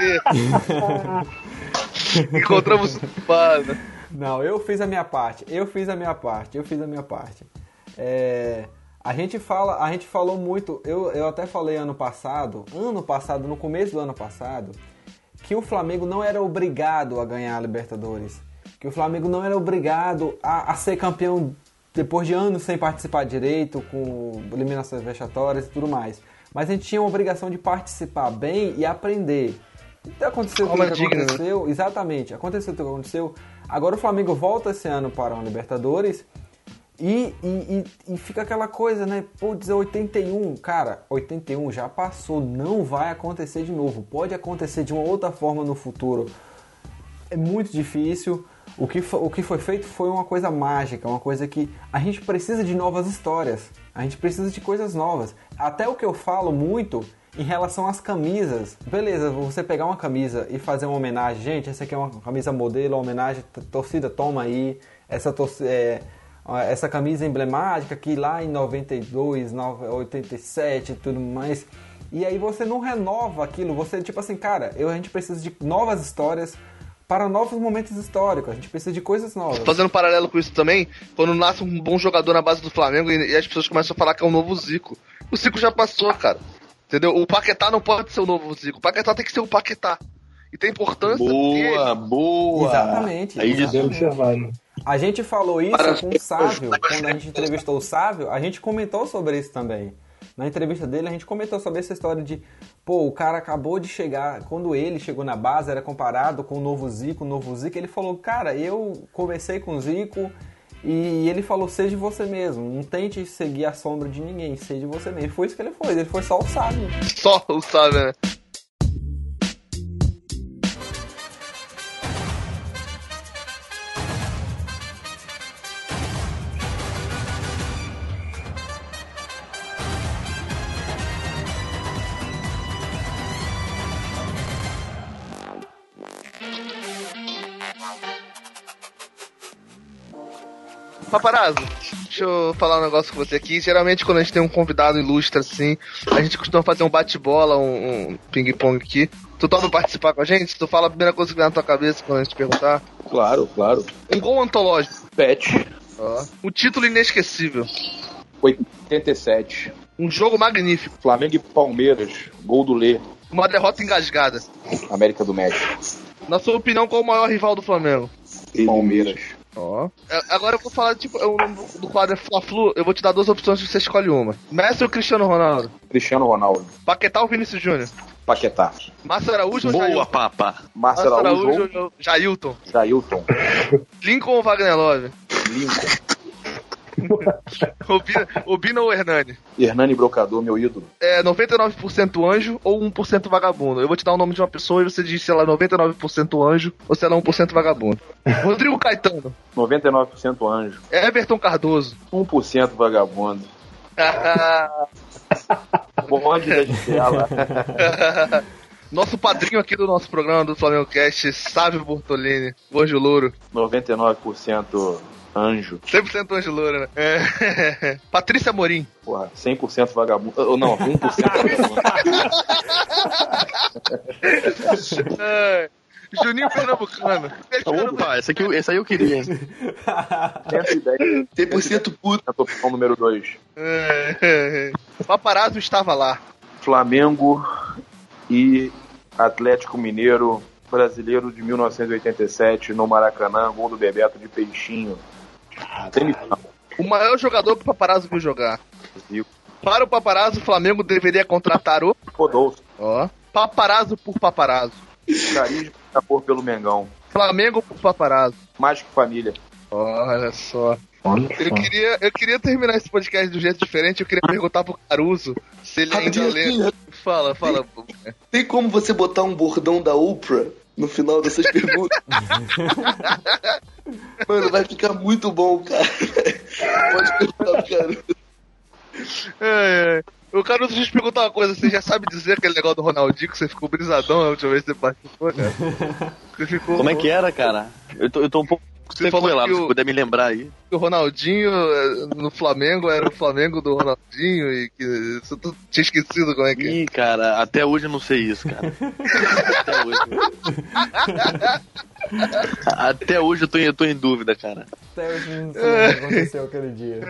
você. Encontramos culpado. Não, eu fiz a minha parte. Eu fiz a minha parte. Eu fiz a minha parte. É, a gente fala, a gente falou muito. Eu, eu até falei ano passado, ano passado, no começo do ano passado, que o Flamengo não era obrigado a ganhar a Libertadores. Que o Flamengo não era obrigado a, a ser campeão depois de anos sem participar direito, com eliminações vexatórias e tudo mais. Mas a gente tinha a obrigação de participar bem e aprender. Então aconteceu o que aconteceu, né? Exatamente, aconteceu o que aconteceu. Agora o Flamengo volta esse ano para uma Libertadores e, e, e, e fica aquela coisa, né? Putz, oitenta e um, cara, oitenta e um já passou, não vai acontecer de novo. Pode acontecer de uma outra forma no futuro. É muito difícil. O que, o que foi feito foi uma coisa mágica, uma coisa que a gente precisa de novas histórias, a gente precisa de coisas novas. Até o que eu falo muito em relação às camisas. Beleza, você pegar uma camisa e fazer uma homenagem. Gente, essa aqui é uma camisa modelo, uma homenagem, torcida, toma aí. Essa, é, essa camisa emblemática que lá em noventa e dois, oitenta e sete e tudo mais. E aí você não renova aquilo, você tipo assim, cara, eu, a gente precisa de novas histórias para novos momentos históricos, a gente precisa de coisas novas. Fazendo um paralelo com isso também, quando nasce um bom jogador na base do Flamengo e, e as pessoas começam a falar que é um novo Zico. O Zico já passou, cara. Entendeu? O Paquetá não pode ser o novo Zico. O Paquetá tem que ser o Paquetá. E tem importância. Boa, boa. Exatamente. Aí exatamente. A gente falou isso Para com o Sávio, quando a gente entrevistou o Sávio, a gente comentou sobre isso também. Na entrevista dele, a gente comentou sobre essa história de, pô, o cara acabou de chegar, quando ele chegou na base, era comparado com o novo Zico, o novo Zico, ele falou, cara, eu conversei com o Zico e ele falou, seja você mesmo, não tente seguir a sombra de ninguém, seja você mesmo. E foi isso que ele foi, ele foi só o sábio. Só o sábio, né? Paparazzo, deixa eu falar um negócio com você aqui. Geralmente quando a gente tem um convidado ilustre assim, a gente costuma fazer um bate-bola, um, um ping-pong aqui. Tu topa participar com a gente? Tu fala a primeira coisa que vem na tua cabeça quando a gente perguntar. Claro, claro. Um gol antológico. Pet. Ó. Um título inesquecível. oitenta e sete. Um jogo magnífico. Flamengo e Palmeiras. Gol do Lê. Uma derrota engasgada. América do México. Na sua opinião, qual o maior rival do Flamengo? Palmeiras. Ó. Agora eu vou falar, tipo, o nome do quadro é Fla-Flu. Eu vou te dar duas opções e você escolhe uma. Messi ou Cristiano Ronaldo? Cristiano Ronaldo. Paquetá ou Vinícius Júnior? Paquetá. Márcio Araújo ou Boa, Jailton? papa. Márcio Araújo, Araújo ou Jailton? Jailton. Lincoln ou Wagner Love? Lincoln. Obina, Obina ou Hernani? Hernani Brocador, meu ídolo. É noventa e nove por cento anjo ou um por cento vagabundo? Eu vou te dar o nome de uma pessoa e você diz se ela é noventa e nove por cento anjo ou se ela é um por cento vagabundo. Rodrigo Caetano. noventa e nove por cento anjo. Everton Cardoso. um por cento vagabundo. Bonde da Estela. Nosso padrinho aqui do nosso programa do Flamengo Cast, Sávio Bortolini, o Anjo Louro. noventa e nove por cento anjo. cem por cento anjo louro, né? É. Patrícia Amorim. Porra, cem por cento vagabundo. Ou não, um por cento vagabundo. É. Juninho Pernambucano. Opa, esse, aqui, esse aí eu queria, hein? cento e dez. cem por cento puto. A opção número dois. É. Paparazzo estava lá. Flamengo e Atlético Mineiro, brasileiro de mil novecentos e oitenta e sete, no Maracanã, gol do Bebeto de peixinho. O maior jogador que o Paparazzo viu jogar. Zico. Para o Paparazzo, o Flamengo deveria contratar o... Rodolfo. Ó. Paparazzo por Paparazzo. Carisma e amor pelo Mengão. Flamengo por Paparazzo. Mais que família. Olha só. Eu queria, eu queria terminar esse podcast de um jeito diferente. Eu queria perguntar pro Caruso se ele ainda lê. Fala, fala. Tem, tem como você botar um bordão da Oprah no final dessas perguntas? Mano, vai ficar muito bom, cara. Pode perguntar pro Caruso. É, é. O Caruso, deixa eu te perguntar uma coisa. Você já sabe dizer aquele negócio do Ronaldinho que você ficou brisadão a última vez que você participou, cara? Você ficou... Como é que era, cara? Eu tô, eu tô um pouco sequelado, se puder me lembrar aí. Que o Ronaldinho no Flamengo era o Flamengo do Ronaldinho e que você tinha esquecido como é que é. Ih, cara, até hoje eu não sei isso, cara. Até hoje. Até hoje eu tô, eu tô em dúvida, cara. Até hoje não sei o que aconteceu aquele dia.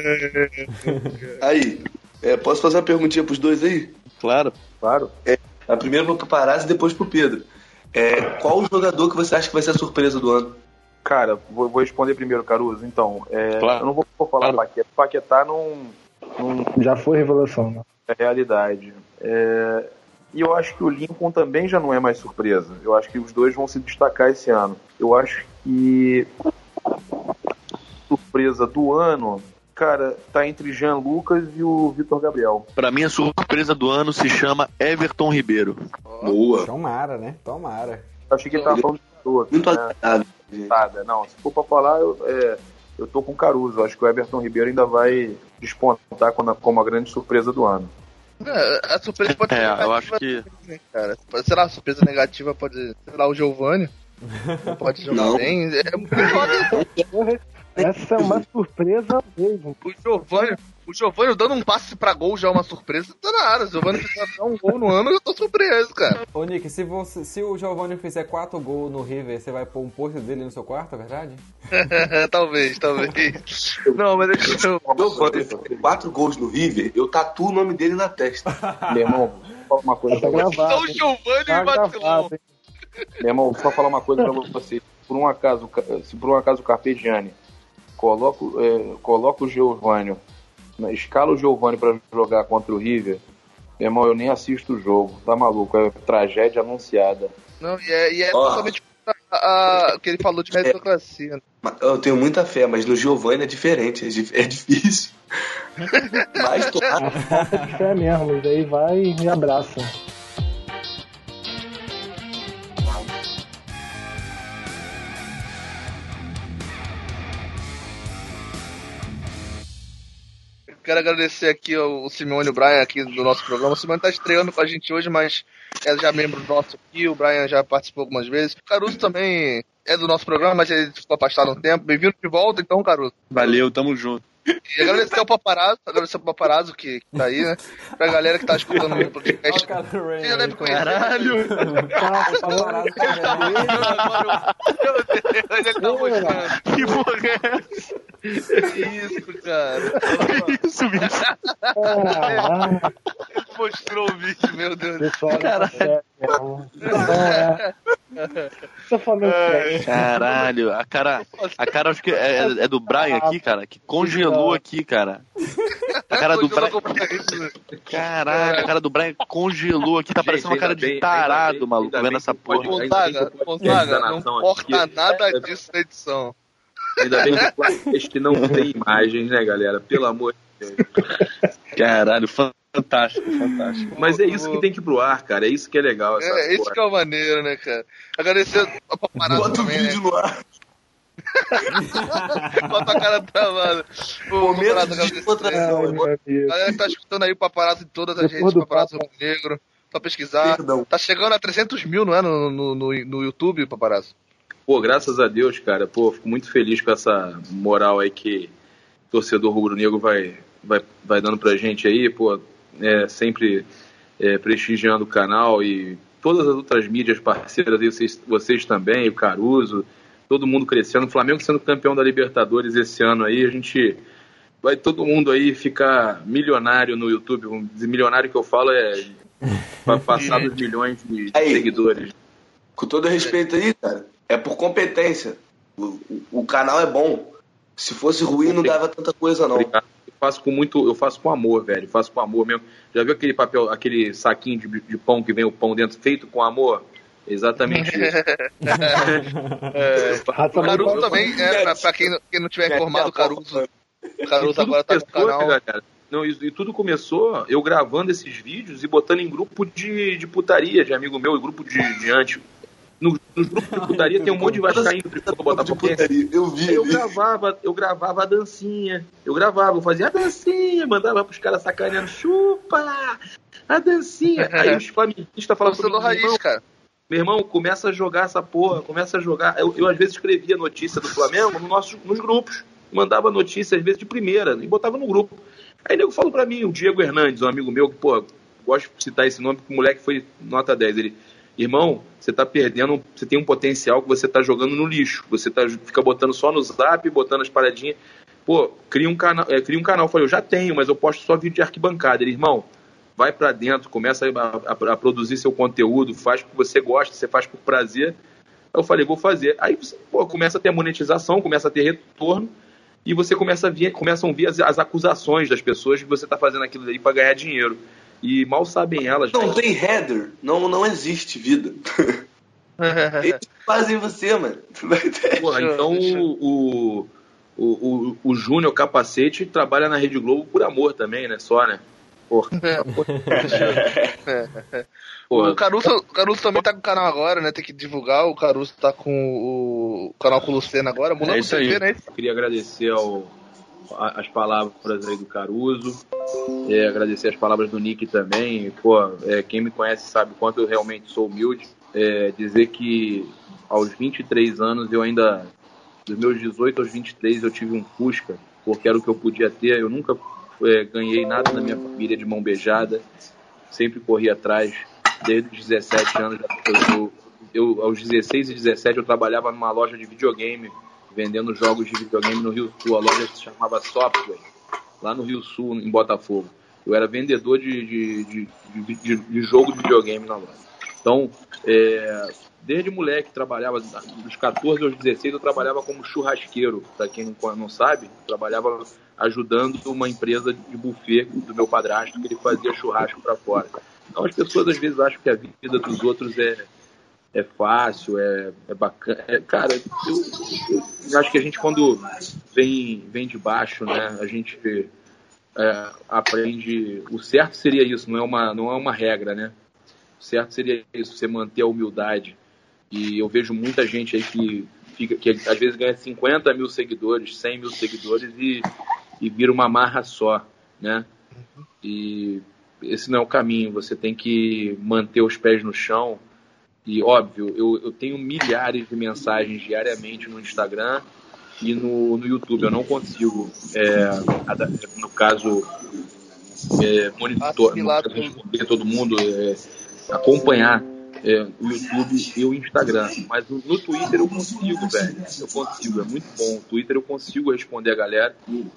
Aí, é, posso fazer uma perguntinha pros dois aí? Claro, claro. É, a primeira pro Paparazzo e depois pro Pedro. É, qual o jogador que você acha que vai ser a surpresa do ano? Cara, vou, vou responder primeiro, Caruso. Então, é, claro. eu não vou, vou falar claro. Paquetá. Paquetá não, não... Já foi revelação, né? É realidade. É... E eu acho que o Lincoln também já não é mais surpresa. Eu acho que os dois vão se destacar esse ano. Eu acho que surpresa do ano, cara, tá entre Jean Lucas e o Vitor Gabriel. Pra mim, a surpresa do ano se chama Everton Ribeiro. Boa. Tomara, né? Tomara. Eu achei que ele tava falando de todos. Muito né? Nada. Não, se for pra falar, eu, é, eu tô com o Caruso. Eu acho que o Everton Ribeiro ainda vai despontar como a, como a grande surpresa do ano. A surpresa pode ser é, negativa, eu acho que... né, cara? Sei lá, a surpresa negativa pode ser, sei lá, o Giovani. Pode jogar não. bem. É muito foda. Essa é uma surpresa mesmo. O Giovani, o Giovani dando um passe pra gol já é uma surpresa. Não tá nada. O Giovani fizer um gol no ano, eu tô surpreso, cara. Ô, Nick, se, você, se o Giovani fizer quatro gols no River, você vai pôr um pôster dele no seu quarto, é verdade? Talvez, talvez. Não, mas deixa eu... Giovani fizer quatro gols no River, eu tatuo o nome dele na testa. Meu irmão, vou falar uma coisa pra você. Então o Giovani Tá e vacilão. Meu irmão, vou só falar uma coisa pra você. Por um acaso, se por um acaso o Carpegiani coloca, é, coloca o Giovani, escala o Giovani pra jogar contra o River, meu irmão, eu nem assisto o jogo, tá maluco, é tragédia anunciada. Não, e é, e é oh. totalmente o que ele falou de meritocracia. É, eu tenho muita fé, mas no Giovani é diferente, é difícil. Mas tô... Falta de fé mesmo, e daí vai e me abraça. Quero agradecer aqui o Simeone e o Brian aqui do nosso programa. O Simeone tá estreando com a gente hoje, mas é já membro nosso aqui. O Brian já participou algumas vezes. O Caruso também é do nosso programa, mas ele ficou afastado um tempo. Bem-vindo de volta, então, Caruso. Valeu, tamo junto. E agradecer ao Paparazzo, agradecer ao Paparazzo que, que tá aí, né? Pra galera que tá escutando o podcast. Você já deve conhecer. Caralho! Meu Deus, ele tá mostrando. Que porra é essa? Que isso, cara? Que isso, bicho? Ele mostrou o vídeo, meu Deus. Caralho. Caralho, a cara, a cara acho que é, é do Brian aqui, cara, que congelou aqui, cara. A cara do Brian. Caraca, a cara do Brian congelou aqui, tá parecendo uma cara de tarado, maluco, vendo essa porra. Gonzaga, Gonzaga, não importa nada disso na edição. Ainda bem que o podcast não tem imagens, né, galera? Pelo amor de Deus. Caralho, fantástico, fantástico. Mas é isso que tem que ir pro ar, cara. É isso que é legal. Essa é, isso que é o maneiro, né, cara? Agradecer a Paparazzo. Bota o vídeo né? no ar. Bota a cara travada. Momento de descontração. Galera que tá escutando aí o Paparazzo em todas as redes, Paparazzo Negro. Só pesquisar. Perdão. Tá chegando a trezentos mil, não é? No, no, no, no YouTube, Paparazzo. Pô, graças a Deus, cara. Pô, fico muito feliz com essa moral aí que o torcedor rubro-negro vai, vai, vai dando pra gente aí. Pô, é, sempre é, prestigiando o canal e todas as outras mídias parceiras aí, vocês, vocês também, o Caruso, todo mundo crescendo. O Flamengo sendo campeão da Libertadores esse ano aí, a gente vai todo mundo aí ficar milionário no YouTube. Vamos dizer, milionário que eu falo é para passar dos milhões de aí, seguidores. Com todo respeito aí, cara, é por competência. O, o, o canal é bom. Se fosse ruim, não dava tanta coisa, não. Eu faço com muito, eu faço com amor, velho. Faço com amor mesmo. Já viu aquele papel, aquele saquinho de, de pão que vem o pão dentro feito com amor? Exatamente isso. é, o Caruso também, é, pra, pra quem, não, quem não tiver informado, o Caruso, o Caruso agora tá no canal. Galera, não, e, e tudo começou eu gravando esses vídeos e botando em grupo de, de putaria, de amigo meu, grupo de, de antes. No, nos grupos de putaria tem um monte de vascaíno tricolor botafoguense. Eu vi. Eu gravava, eu gravava a dancinha. Eu gravava, eu fazia a dancinha, mandava pros caras sacaneando, chupa! A dancinha. Aí os flamenguistas falavam pro raiz, cara. Meu irmão, começa a jogar essa porra, começa a jogar. Eu, eu às vezes escrevia notícia do Flamengo no nosso, nos grupos. Mandava notícia, às vezes, de primeira, e botava no grupo. Aí o nego falou pra mim, o Diego Hernandes, um amigo meu, que, pô, gosto de citar esse nome, porque o moleque foi nota dez. Ele, irmão, você tá perdendo, você tem um potencial que você tá jogando no lixo. Você tá, fica botando só no zap, botando as paradinhas. Pô, cria um canal. É, cria um canal. Eu falei, eu já tenho, mas eu posto só vídeo de arquibancada. Ele, irmão, vai pra dentro, começa a, a, a produzir seu conteúdo, faz porque você gosta, você faz por prazer. Aí eu falei, vou fazer. Aí você, pô, começa a ter monetização, começa a ter retorno, e você começa a ver, começam a ver as, as acusações das pessoas que você tá fazendo aquilo ali pra ganhar dinheiro. E mal sabem elas. Não tem header, não, não existe vida. Eles fazem você, mano. Porra, então o, o, o, o Júnior Capacete trabalha na Rede Globo por amor também, né? Só, né? Porra. O Caruso, o Caruso também tá com o canal agora, né? Tem que divulgar. O Caruso tá com o, o canal com o Lucena agora. É isso aí. Né? Queria agradecer ao, as palavras aí do Caruso. É, agradecer as palavras do Nick também. Pô, é, quem me conhece sabe o quanto eu realmente sou humilde. É, dizer que aos vinte e três anos eu ainda, dos meus dezoito aos vinte e três, eu tive um Fusca, porque era o que eu podia ter. Eu nunca é, ganhei nada na minha família de mão beijada, sempre corri atrás. Desde os dezessete anos, eu, eu, aos dezesseis e dezessete eu trabalhava numa loja de videogame, vendendo jogos de videogame no Rio Sul. A loja se chamava Software, lá no Rio Sul, em Botafogo. Eu era vendedor de, de, de, de, de, de jogo de videogame na loja. Então, é, desde moleque, trabalhava, dos catorze aos dezesseis, eu trabalhava como churrasqueiro. Para quem não, não sabe, trabalhava ajudando uma empresa de buffet do meu padrasto, que ele fazia churrasco para fora. Então, as pessoas às vezes acham que a vida dos outros é, é fácil, é, é bacana. É, cara, eu, eu acho que a gente, quando vem, vem de baixo, né, a gente é, aprende. O certo seria isso, não é uma, não é uma regra, né? O certo seria isso, você manter a humildade. E eu vejo muita gente aí que, fica, que às vezes ganha cinquenta mil seguidores, cem mil seguidores e, e vira uma marra só, né? E esse não é o caminho, você tem que manter os pés no chão. E óbvio, eu, eu tenho milhares de mensagens diariamente no Instagram e no, no YouTube. Eu não consigo, é, no caso, é, monitorar, responder todo mundo, é, acompanhar é, o YouTube e o Instagram. Mas no, no Twitter eu consigo, velho. Eu consigo, é muito bom. O Twitter eu consigo responder a galera.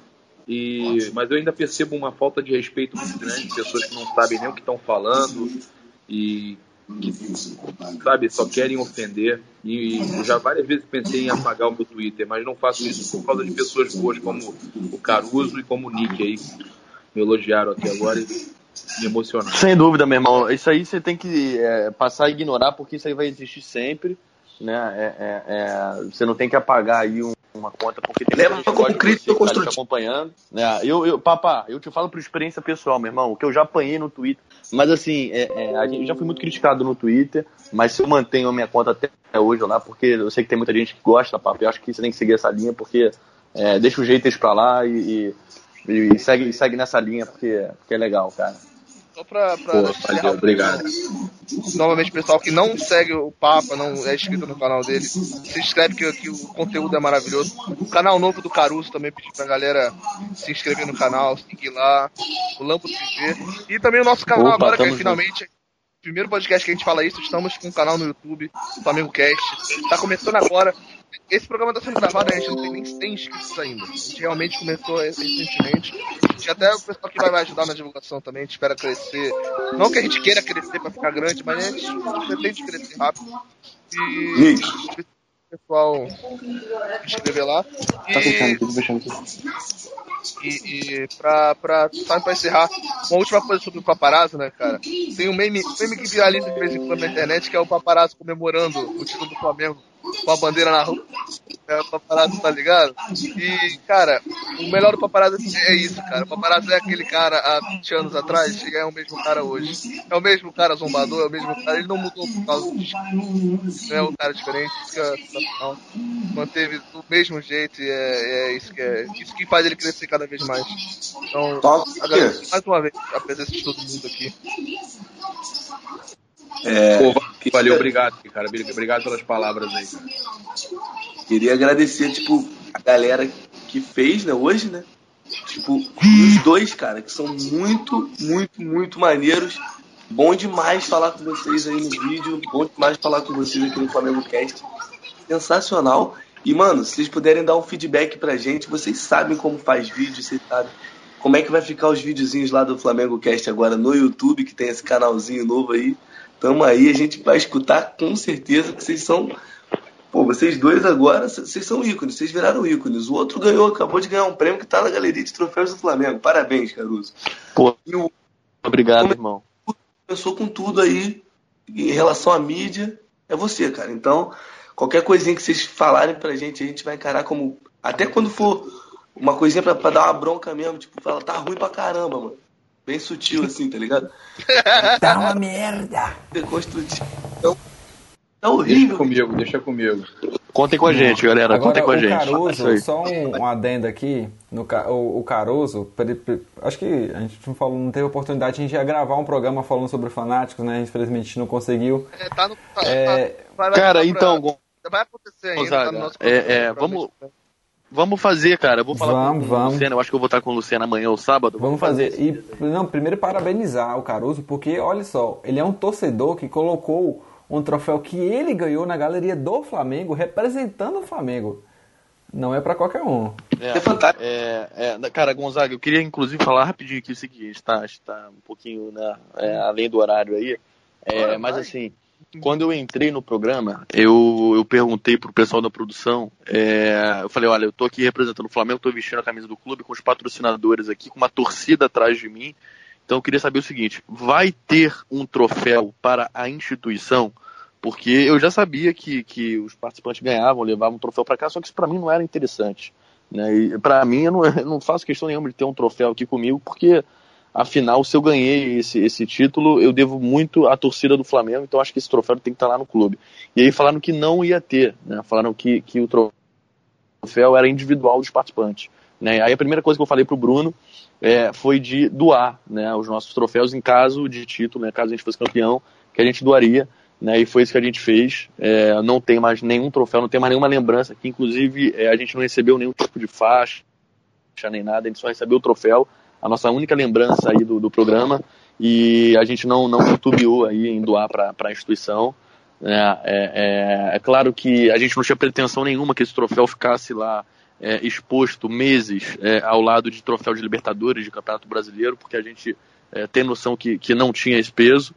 E, mas eu ainda percebo uma falta de respeito muito grande, pessoas que não sabem nem o que estão falando e que, sabe, só querem ofender. E, e eu já várias vezes pensei em apagar o meu Twitter, mas não faço isso por causa de pessoas boas como o Caruso e como o Nick aí, me elogiaram até agora e me emocionaram. Sem dúvida, meu irmão. Isso aí você tem que é, passar a ignorar, porque isso aí vai existir sempre, né? É, é, é, você não tem que apagar aí um uma conta, porque tem leva como crítica construtiva acompanhando, né? Eu, eu, papá, eu te falo por experiência pessoal, meu irmão, o que eu já apanhei no Twitter, mas assim, é, é, a gente já fui muito criticado no Twitter, mas eu mantenho a minha conta até hoje lá, porque eu sei que tem muita gente que gosta, papo, eu acho que você tem que seguir essa linha, porque é, deixa os haters pra lá e, e, e, segue, e segue nessa linha, porque, porque é legal, cara. Só pra, pra Pô, fazer, obrigado. Novamente, pessoal que não segue o Papa, não é inscrito no canal dele, se inscreve que, que o conteúdo é maravilhoso. O canal novo do Caruso também, pedi pra galera se inscrever no canal, seguir lá, o Lampo T V. E também o nosso canal Opa, agora, que é finalmente... Primeiro podcast que a gente fala isso, estamos com um canal no YouTube, Flamengo Cast, tá começando agora. Esse programa está sendo gravado, a gente não tem nem cem inscritos ainda. A gente realmente começou recentemente. E até o pessoal que vai ajudar na divulgação também, a gente espera crescer. Não que a gente queira crescer para ficar grande, mas a gente pretende crescer rápido. E pessoal escrever lá. E, Tá fechando, tudo fechando aqui. E, e pra, pra, sabe, pra encerrar, uma última coisa sobre o paparazzo, né, cara? Tem um meme, um meme que viraliza de vez em quando na internet, que é o paparazzo comemorando o título do Flamengo com a bandeira na rua. É, o paparazzo, tá ligado? E, cara, o melhor do paparazzo é isso, cara. O paparazzo é aquele cara há vinte anos atrás e é o mesmo cara hoje. É o mesmo cara zombador, é o mesmo cara. Ele não mudou por causa do não é um cara diferente, fica sensacional. Manteve do mesmo jeito e é, é, isso que é isso que faz ele crescer cada vez mais. Então, agradeço mais uma vez a presença de todo mundo aqui. É, Pô, valeu, obrigado, cara. Obrigado pelas palavras aí. Queria agradecer, tipo, a galera que fez, né, hoje, né? Tipo, os dois, cara, que são muito, muito, muito maneiros. Bom demais falar com vocês aí no vídeo. Bom demais falar com vocês aqui no Flamengo Cast. Sensacional. E, mano, se vocês puderem dar um feedback pra gente, vocês sabem como faz vídeo, vocês sabem como é que vai ficar os videozinhos lá do Flamengo Cast agora no YouTube, que tem esse canalzinho novo aí. Tamo aí, a gente vai escutar com certeza que vocês são... Pô, vocês dois agora, vocês são ícones, vocês viraram ícones. O outro ganhou, acabou de ganhar um prêmio que tá na galeria de troféus do Flamengo. Parabéns, Caruso. Pô, o... obrigado, irmão. Começou com tudo aí em relação à mídia, é você, cara. Então, qualquer coisinha que vocês falarem pra gente, a gente vai encarar como... Até quando for uma coisinha pra, pra dar uma bronca mesmo, tipo, fala, tá ruim pra caramba, mano. Bem sutil assim, tá ligado? Tá uma merda. Deconstrutivo. Então, tá horrível. Deixa comigo, deixa comigo. Contem com a gente, galera. Agora, Contem com a o gente. Caruso, só um, um adendo aqui. No, o, o Caruso, acho que a gente não, falou, não teve oportunidade de a gente ia gravar um programa falando sobre Fanáticos, né? Infelizmente não conseguiu. É, tá no, tá, é... tá, vai, cara, vai, então... Pra, vai acontecer ainda, Gonzaga, tá no nosso é, é, vamos... Vamos fazer, cara. Eu vou falar vamos, com vamos. o Luciano. Eu acho que eu vou estar com o Luciano amanhã ou sábado. Vamos, vamos fazer. fazer. E, não, primeiro parabenizar o Caruso, porque, olha só, ele é um torcedor que colocou um troféu que ele ganhou na galeria do Flamengo, representando o Flamengo. Não é pra qualquer um. É, é fantástico. É, é, cara, Gonzaga, eu queria inclusive falar rapidinho aqui o seguinte, a gente tá, a gente tá um pouquinho, né, é, além do horário aí. É, mas assim... Quando eu entrei no programa, eu, eu perguntei pro pessoal da produção, é, eu falei, olha, eu tô aqui representando o Flamengo, tô vestindo a camisa do clube com os patrocinadores aqui, com uma torcida atrás de mim, então eu queria saber o seguinte, vai ter um troféu para a instituição? Porque eu já sabia que, que os participantes ganhavam, levavam um troféu para cá, só que isso para mim não era interessante, né? E para mim eu não, eu não faço questão nenhuma de ter um troféu aqui comigo, porque... Afinal, se eu ganhei esse, esse título, eu devo muito à torcida do Flamengo, então acho que esse troféu tem que estar lá no clube. E aí falaram que não ia ter, né? Falaram que, que o troféu era individual dos participantes. Né? Aí a primeira coisa que eu falei pro Bruno é, foi de doar, né, os nossos troféus em caso de título, né, caso a gente fosse campeão, que a gente doaria, né, e foi isso que a gente fez. É, não tem mais nenhum troféu, não tem mais nenhuma lembrança, que inclusive é, a gente não recebeu nenhum tipo de faixa, nem nada, a gente só recebeu o troféu. A nossa única lembrança aí do, do programa, e a gente não, não titubeou aí em doar para a instituição. É, é, é, é claro que a gente não tinha pretensão nenhuma que esse troféu ficasse lá é, exposto meses é, ao lado de troféu de Libertadores, de Campeonato Brasileiro, porque a gente é, tem noção que, que não tinha esse peso.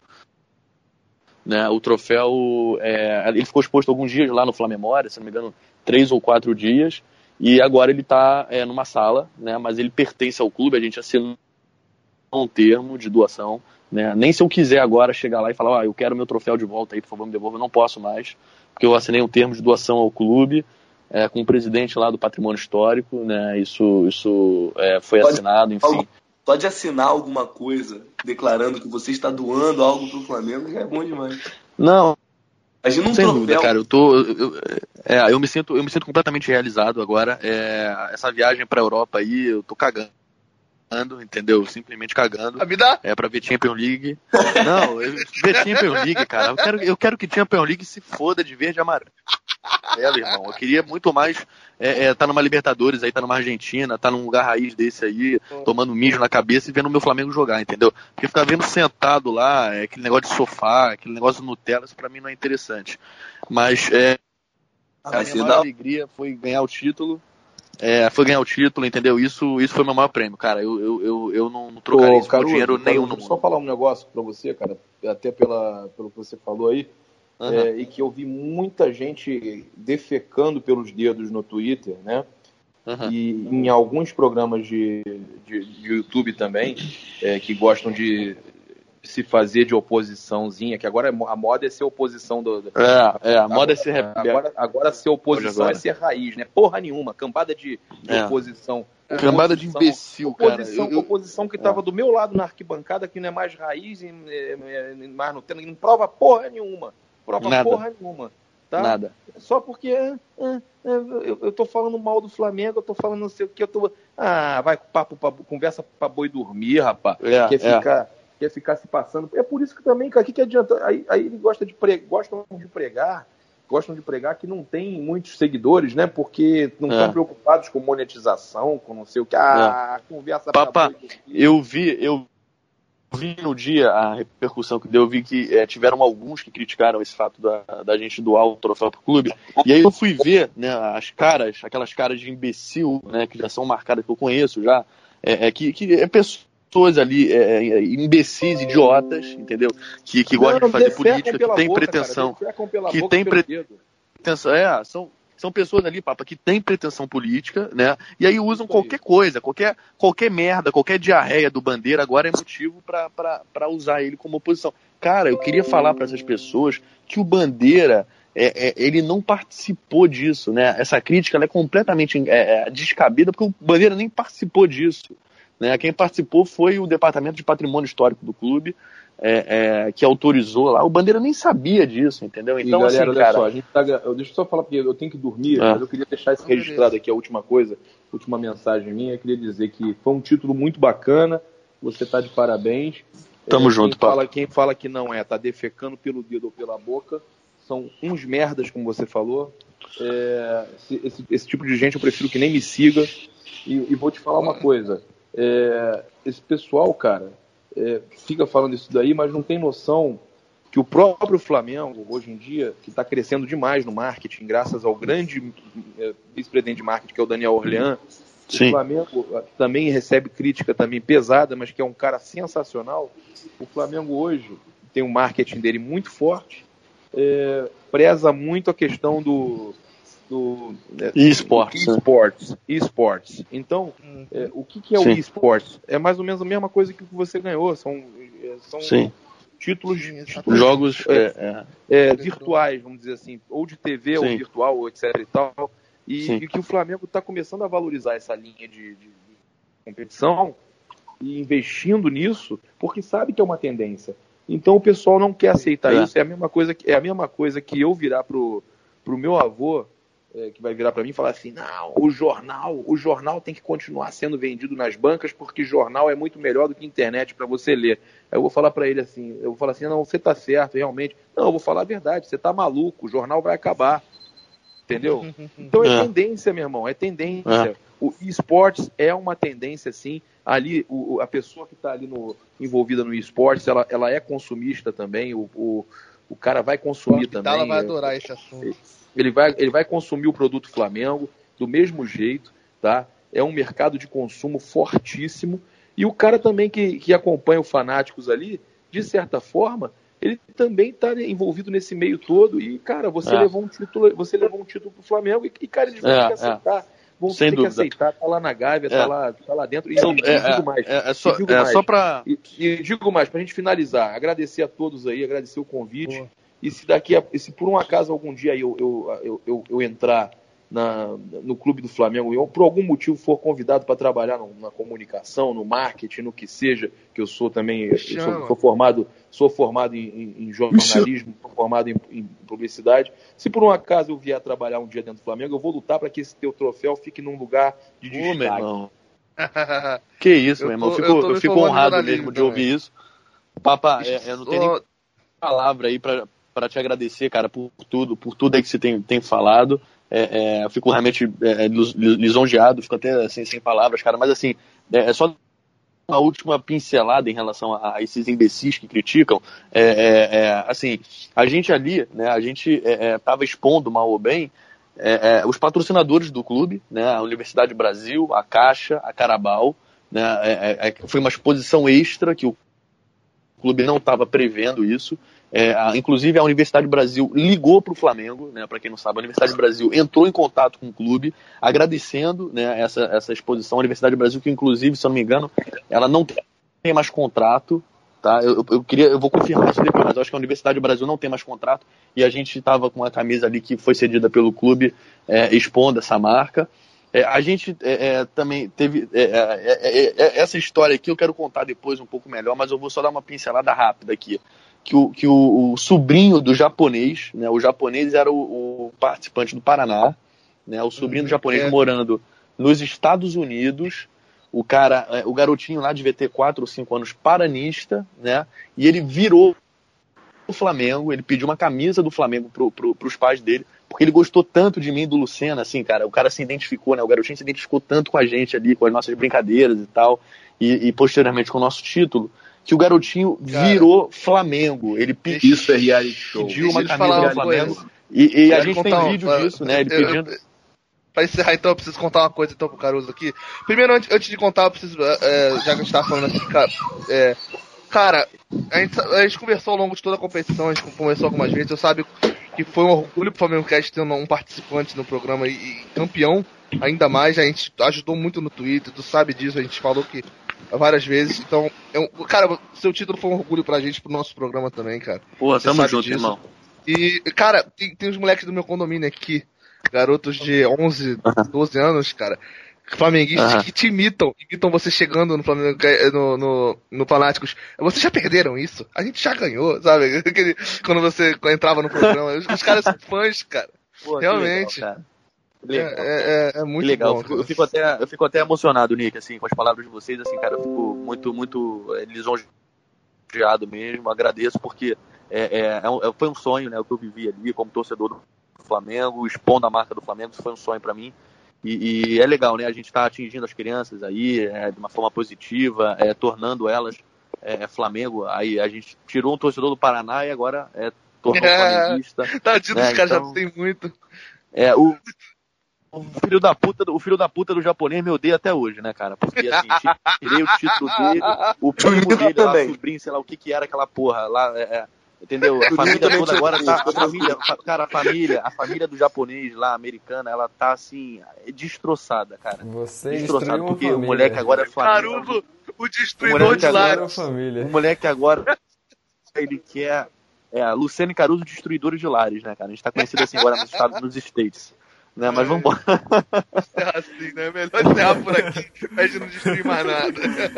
Né? O troféu, é, ele ficou exposto alguns dias lá no Flamemória, se não me engano, três ou quatro dias. E agora ele está é, numa sala, né, mas ele pertence ao clube, a gente assinou um termo de doação, né, nem se eu quiser agora chegar lá e falar, ah, eu quero meu troféu de volta aí, por favor, me devolva, eu não posso mais, porque eu assinei um termo de doação ao clube, é, com o presidente lá do Patrimônio Histórico, né, isso, isso é, foi pode, assinado, enfim. Pode assinar alguma coisa declarando que você está doando algo para o Flamengo, já é bom demais. Não, Imagina um sem troféu. dúvida, cara, eu tô, eu, é, eu me sinto, eu me sinto completamente realizado agora. É, essa viagem pra Europa aí, eu tô cagando, entendeu? Simplesmente cagando. A vida? É pra ver Champions League. Não, eu, ver Champions League, cara. Eu quero, eu quero que Champions League se foda de verde e amarelo. É, irmão. Eu queria muito mais é, é, tá numa Libertadores aí, tá numa Argentina, tá num lugar raiz desse aí, tomando mijo na cabeça e vendo o meu Flamengo jogar, entendeu? Porque ficar vendo sentado lá, é, aquele negócio de sofá, aquele negócio de Nutella, isso pra mim não é interessante. Mas é, a minha maior alegria foi ganhar o título. É, foi ganhar o título, entendeu? Isso, isso foi meu maior prêmio, cara. Eu, eu, eu, eu não trocaria Ô, isso por dinheiro nenhum no mundo. Só falar um negócio pra você, cara, até pela, pelo que você falou aí. uhum. é, e que eu vi muita gente defecando pelos dedos no Twitter, né? Uhum. E em alguns programas de, de, de YouTube também, é, que gostam de se fazer de oposiçãozinha, que agora a moda é ser oposição do... do... É, é, a moda agora, é ser rebelde. Agora, agora ser oposição agora. é ser raiz, né? Porra nenhuma, cambada de, de é. oposição. Cambada de imbecil, oposição, cara. Eu, eu... Oposição que estava é. do meu lado na arquibancada, que não é mais raiz, mais não, tem, não prova porra nenhuma. Prova Nada. porra nenhuma. Tá? Nada. Só porque é, é, é, eu, eu tô falando mal do Flamengo, eu tô falando não sei o que, eu tô... Ah, vai papo, papo, conversa pra boi dormir, rapaz. É, quer, é. ficar, quer ficar se passando. É por isso que também, cara, o que, que adianta? Aí, aí ele gosta de pre... gostam de pregar, gostam de pregar que não tem muitos seguidores, né? Porque não estão é. preocupados com monetização, com não sei o que. Ah, é. conversa Papa, pra boi dormir. Eu vi, eu vi no dia a repercussão que deu, eu vi que é, tiveram alguns que criticaram esse fato da, da gente doar o troféu pro clube, e aí eu fui ver, né, as caras, aquelas caras de imbecil, né, que já são marcadas, que eu conheço já, é, é, que, que é pessoas ali, é, é, imbecis, idiotas, entendeu, que, que gostam de fazer política, que tem boca, pretensão, cara, que tem pretensão, é, são... São pessoas ali, papa, que têm pretensão política, né? E aí usam qualquer coisa, qualquer, qualquer merda, qualquer diarreia do Bandeira agora é motivo para usar ele como oposição. Cara, eu queria falar para essas pessoas que o Bandeira, é, é, ele não participou disso, né? Essa crítica ela é completamente é, é, descabida, porque o Bandeira nem participou disso, né? Quem participou foi o Departamento de Patrimônio Histórico do clube, É, é, que autorizou lá. O Bandeira nem sabia disso, entendeu? Então, e, galera, assim, olha cara... só, a gente tá... eu, deixa eu só falar, porque eu tenho que dormir, é. mas eu queria deixar isso registrado aqui, a última coisa, a última mensagem minha, eu queria dizer que foi um título muito bacana, você tá de parabéns. Tamo é, junto, quem fala, quem fala que não é, tá defecando pelo dedo ou pela boca, são uns merdas, como você falou. É, esse, esse, esse tipo de gente eu prefiro que nem me siga, e, e vou te falar uma coisa, é, esse pessoal, cara, É, fica falando isso daí, mas não tem noção que o próprio Flamengo, hoje em dia, que está crescendo demais no marketing, graças ao grande é, vice-presidente de marketing, que é o Daniel Orlean, Sim. o Flamengo também recebe crítica também pesada, mas que é um cara sensacional. O Flamengo hoje tem um marketing dele muito forte, é, preza muito a questão do... do e-sports, e-sports, né? e-sports. Então, é, o que, que é Sim. o e-sports? É mais ou menos a mesma coisa que você ganhou. São, são títulos, títulos jogos é, é, é, virtuais, vamos dizer assim, ou de T V, Sim. ou virtual, ou etc e tal. E, e que o Flamengo está começando a valorizar essa linha de, de, de competição e investindo nisso, porque sabe que é uma tendência. Então o pessoal não quer aceitar é. isso. É a mesma coisa que, é a mesma coisa que eu virar pro, pro meu avô, É, que vai virar para mim e falar assim, não, o jornal, o jornal tem que continuar sendo vendido nas bancas porque jornal é muito melhor do que internet para você ler. Aí eu vou falar para ele assim, eu vou falar assim, não, você tá certo, realmente. Não, eu vou falar a verdade, você tá maluco, o jornal vai acabar. Entendeu? Então é, é tendência, meu irmão, é tendência. É. O esportes é uma tendência, sim. Ali, o, a pessoa que está ali no, envolvida no esportes, ela, ela é consumista também, o, o, o cara vai consumir o também. Ela vai adorar esse assunto. Ele vai, ele vai consumir o produto Flamengo do mesmo jeito, tá? É um mercado de consumo fortíssimo. E o cara também que, que acompanha o Fanáticos ali, de certa forma, ele também está envolvido nesse meio todo. E, cara, você é. levou um título, você levou um título pro Flamengo e, cara, eles vão é, ter que aceitar. É. Vão Sem ter dúvida. que aceitar, tá lá na Gávea, é. tá, lá, tá lá dentro. E, então, e, é, e digo mais. É, é só, digo é mais. só pra... E, e digo mais, pra gente finalizar, agradecer a todos aí, agradecer o convite. Boa. E se daqui a, se por um acaso algum dia eu, eu, eu, eu, eu entrar na, no clube do Flamengo e eu por algum motivo for convidado para trabalhar no, na comunicação, no marketing, no que seja, que eu sou também, eu sou, sou formado, sou formado em, em jornalismo, sou formado em, em publicidade. Se por um acaso eu vier trabalhar um dia dentro do Flamengo, eu vou lutar para que esse teu troféu fique num lugar de destaque. Ô, meu irmão. Que isso, meu irmão. Eu, tô, eu, eu, eu fico honrado mesmo de ouvir isso. Papá, é, eu não tenho nem palavra aí para para te agradecer, cara, por tudo, por tudo aí que você tem, tem falado. É, é, eu fico realmente é, lisonjeado, fico até assim, sem palavras, cara, mas assim, é, é só uma última pincelada em relação a, a esses imbecis que criticam. É, é, é, assim, a gente ali, né, a gente estava é, expondo, mal ou bem, é, é, os patrocinadores do clube, né, a Universidade do Brasil, a Caixa, a Carabao, né, é, é, foi uma exposição extra que o clube não estava prevendo isso. É, a, inclusive a Universidade do Brasil ligou para o Flamengo, né, para quem não sabe, a Universidade do Brasil entrou em contato com o clube, agradecendo, né, essa, essa exposição. A Universidade do Brasil, que inclusive, se eu não me engano, ela não tem mais contrato, tá? Eu, eu, queria, eu vou confirmar isso depois, mas eu acho que a Universidade do Brasil não tem mais contrato, e a gente estava com uma camisa ali que foi cedida pelo clube, é, expondo essa marca. É, a gente é, é, também teve é, é, é, essa história aqui, eu quero contar depois um pouco melhor, mas eu vou só dar uma pincelada rápida aqui. Que, o, que o, o sobrinho do japonês, né, o japonês era o, o participante do Paraná, né, o sobrinho do japonês é. morando nos Estados Unidos, o cara, o garotinho lá devia ter quatro ou cinco anos, paranista, né, e ele virou o Flamengo, ele pediu uma camisa do Flamengo pro, pro, pros pais dele, porque ele gostou tanto de mim e do Lucena, assim, cara, o cara se identificou, né, o garotinho se identificou tanto com a gente ali, com as nossas brincadeiras e tal, e, e posteriormente com o nosso título, que o garotinho cara, virou Flamengo. Ele pediu, isso é reality show. Pediu uma camisa do Flamengo. E, e a gente tem um, vídeo uh, disso, né? Ele eu, pedindo... Eu, pra encerrar, então, eu preciso contar uma coisa então pro Caruso aqui. Primeiro, antes, antes de contar, eu preciso... É, já que a gente tava falando aqui, cara... É, cara, a gente, a gente conversou ao longo de toda a competição, a gente conversou algumas vezes, eu sabe que foi um orgulho pro Flamengo Cast ter um participante no programa e, e campeão, ainda mais, a gente ajudou muito no Twitter, tu sabe disso, a gente falou que várias vezes, então, eu, cara, seu título foi um orgulho pra gente, pro nosso programa também, cara. Pô, tamo junto, disso. Irmão. E, cara, tem, tem os moleques do meu condomínio aqui, garotos de onze, doze anos, cara, flamenguistas uhum. que te imitam, imitam você chegando no Flamengo, no, no, no Fanáticos. Vocês já perderam isso? A gente já ganhou, sabe? Quando você entrava no programa, os, os caras são fãs, cara. Pô, realmente. Legal, cara. Legal, é, é, é muito legal. bom. Eu fico, eu, fico até, eu fico até emocionado, Nick, assim, com as palavras de vocês, assim, cara, eu fico muito, muito é, lisonjeado mesmo, agradeço, porque é, é, é um, foi um sonho, né, o que eu vivi ali como torcedor do Flamengo, expondo a marca do Flamengo, isso foi um sonho pra mim, e, e é legal, né, a gente tá atingindo as crianças aí, é, de uma forma positiva, é, tornando elas é, Flamengo, aí a gente tirou um torcedor do Paraná e agora é tornou é, flamenguista. Tadinho dos né, caras então, já tem muito. É, o O filho, da puta, o filho da puta do japonês me odeia até hoje, né, cara? Porque, assim, tirei o título dele, o primo dele lá, o sobrinho, sei lá, o que que era aquela porra lá, é, é, entendeu? A família toda agora tá, a família, cara, a família, a família do japonês lá, americana, ela tá, assim, destroçada, cara. Você destroçada, porque o moleque agora é Flamengo. Caruso, o destruidor de lares. O moleque agora, ele quer, é, Luciano e Caruso, destruidores de lares, né, cara? A gente tá conhecido assim agora nos Estados, nos States. Né, mas vamos embora. É assim, né? Melhor encerrar por aqui, pra gente não destruir mais nada.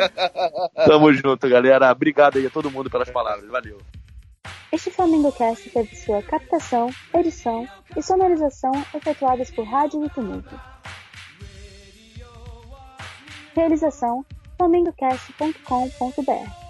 Tamo junto, galera. Obrigado aí a todo mundo pelas palavras. Valeu. Este Flamengo Cast teve sua captação, edição e sonorização efetuadas por Rádio Tumulto. Realização flamengo cast ponto com ponto b r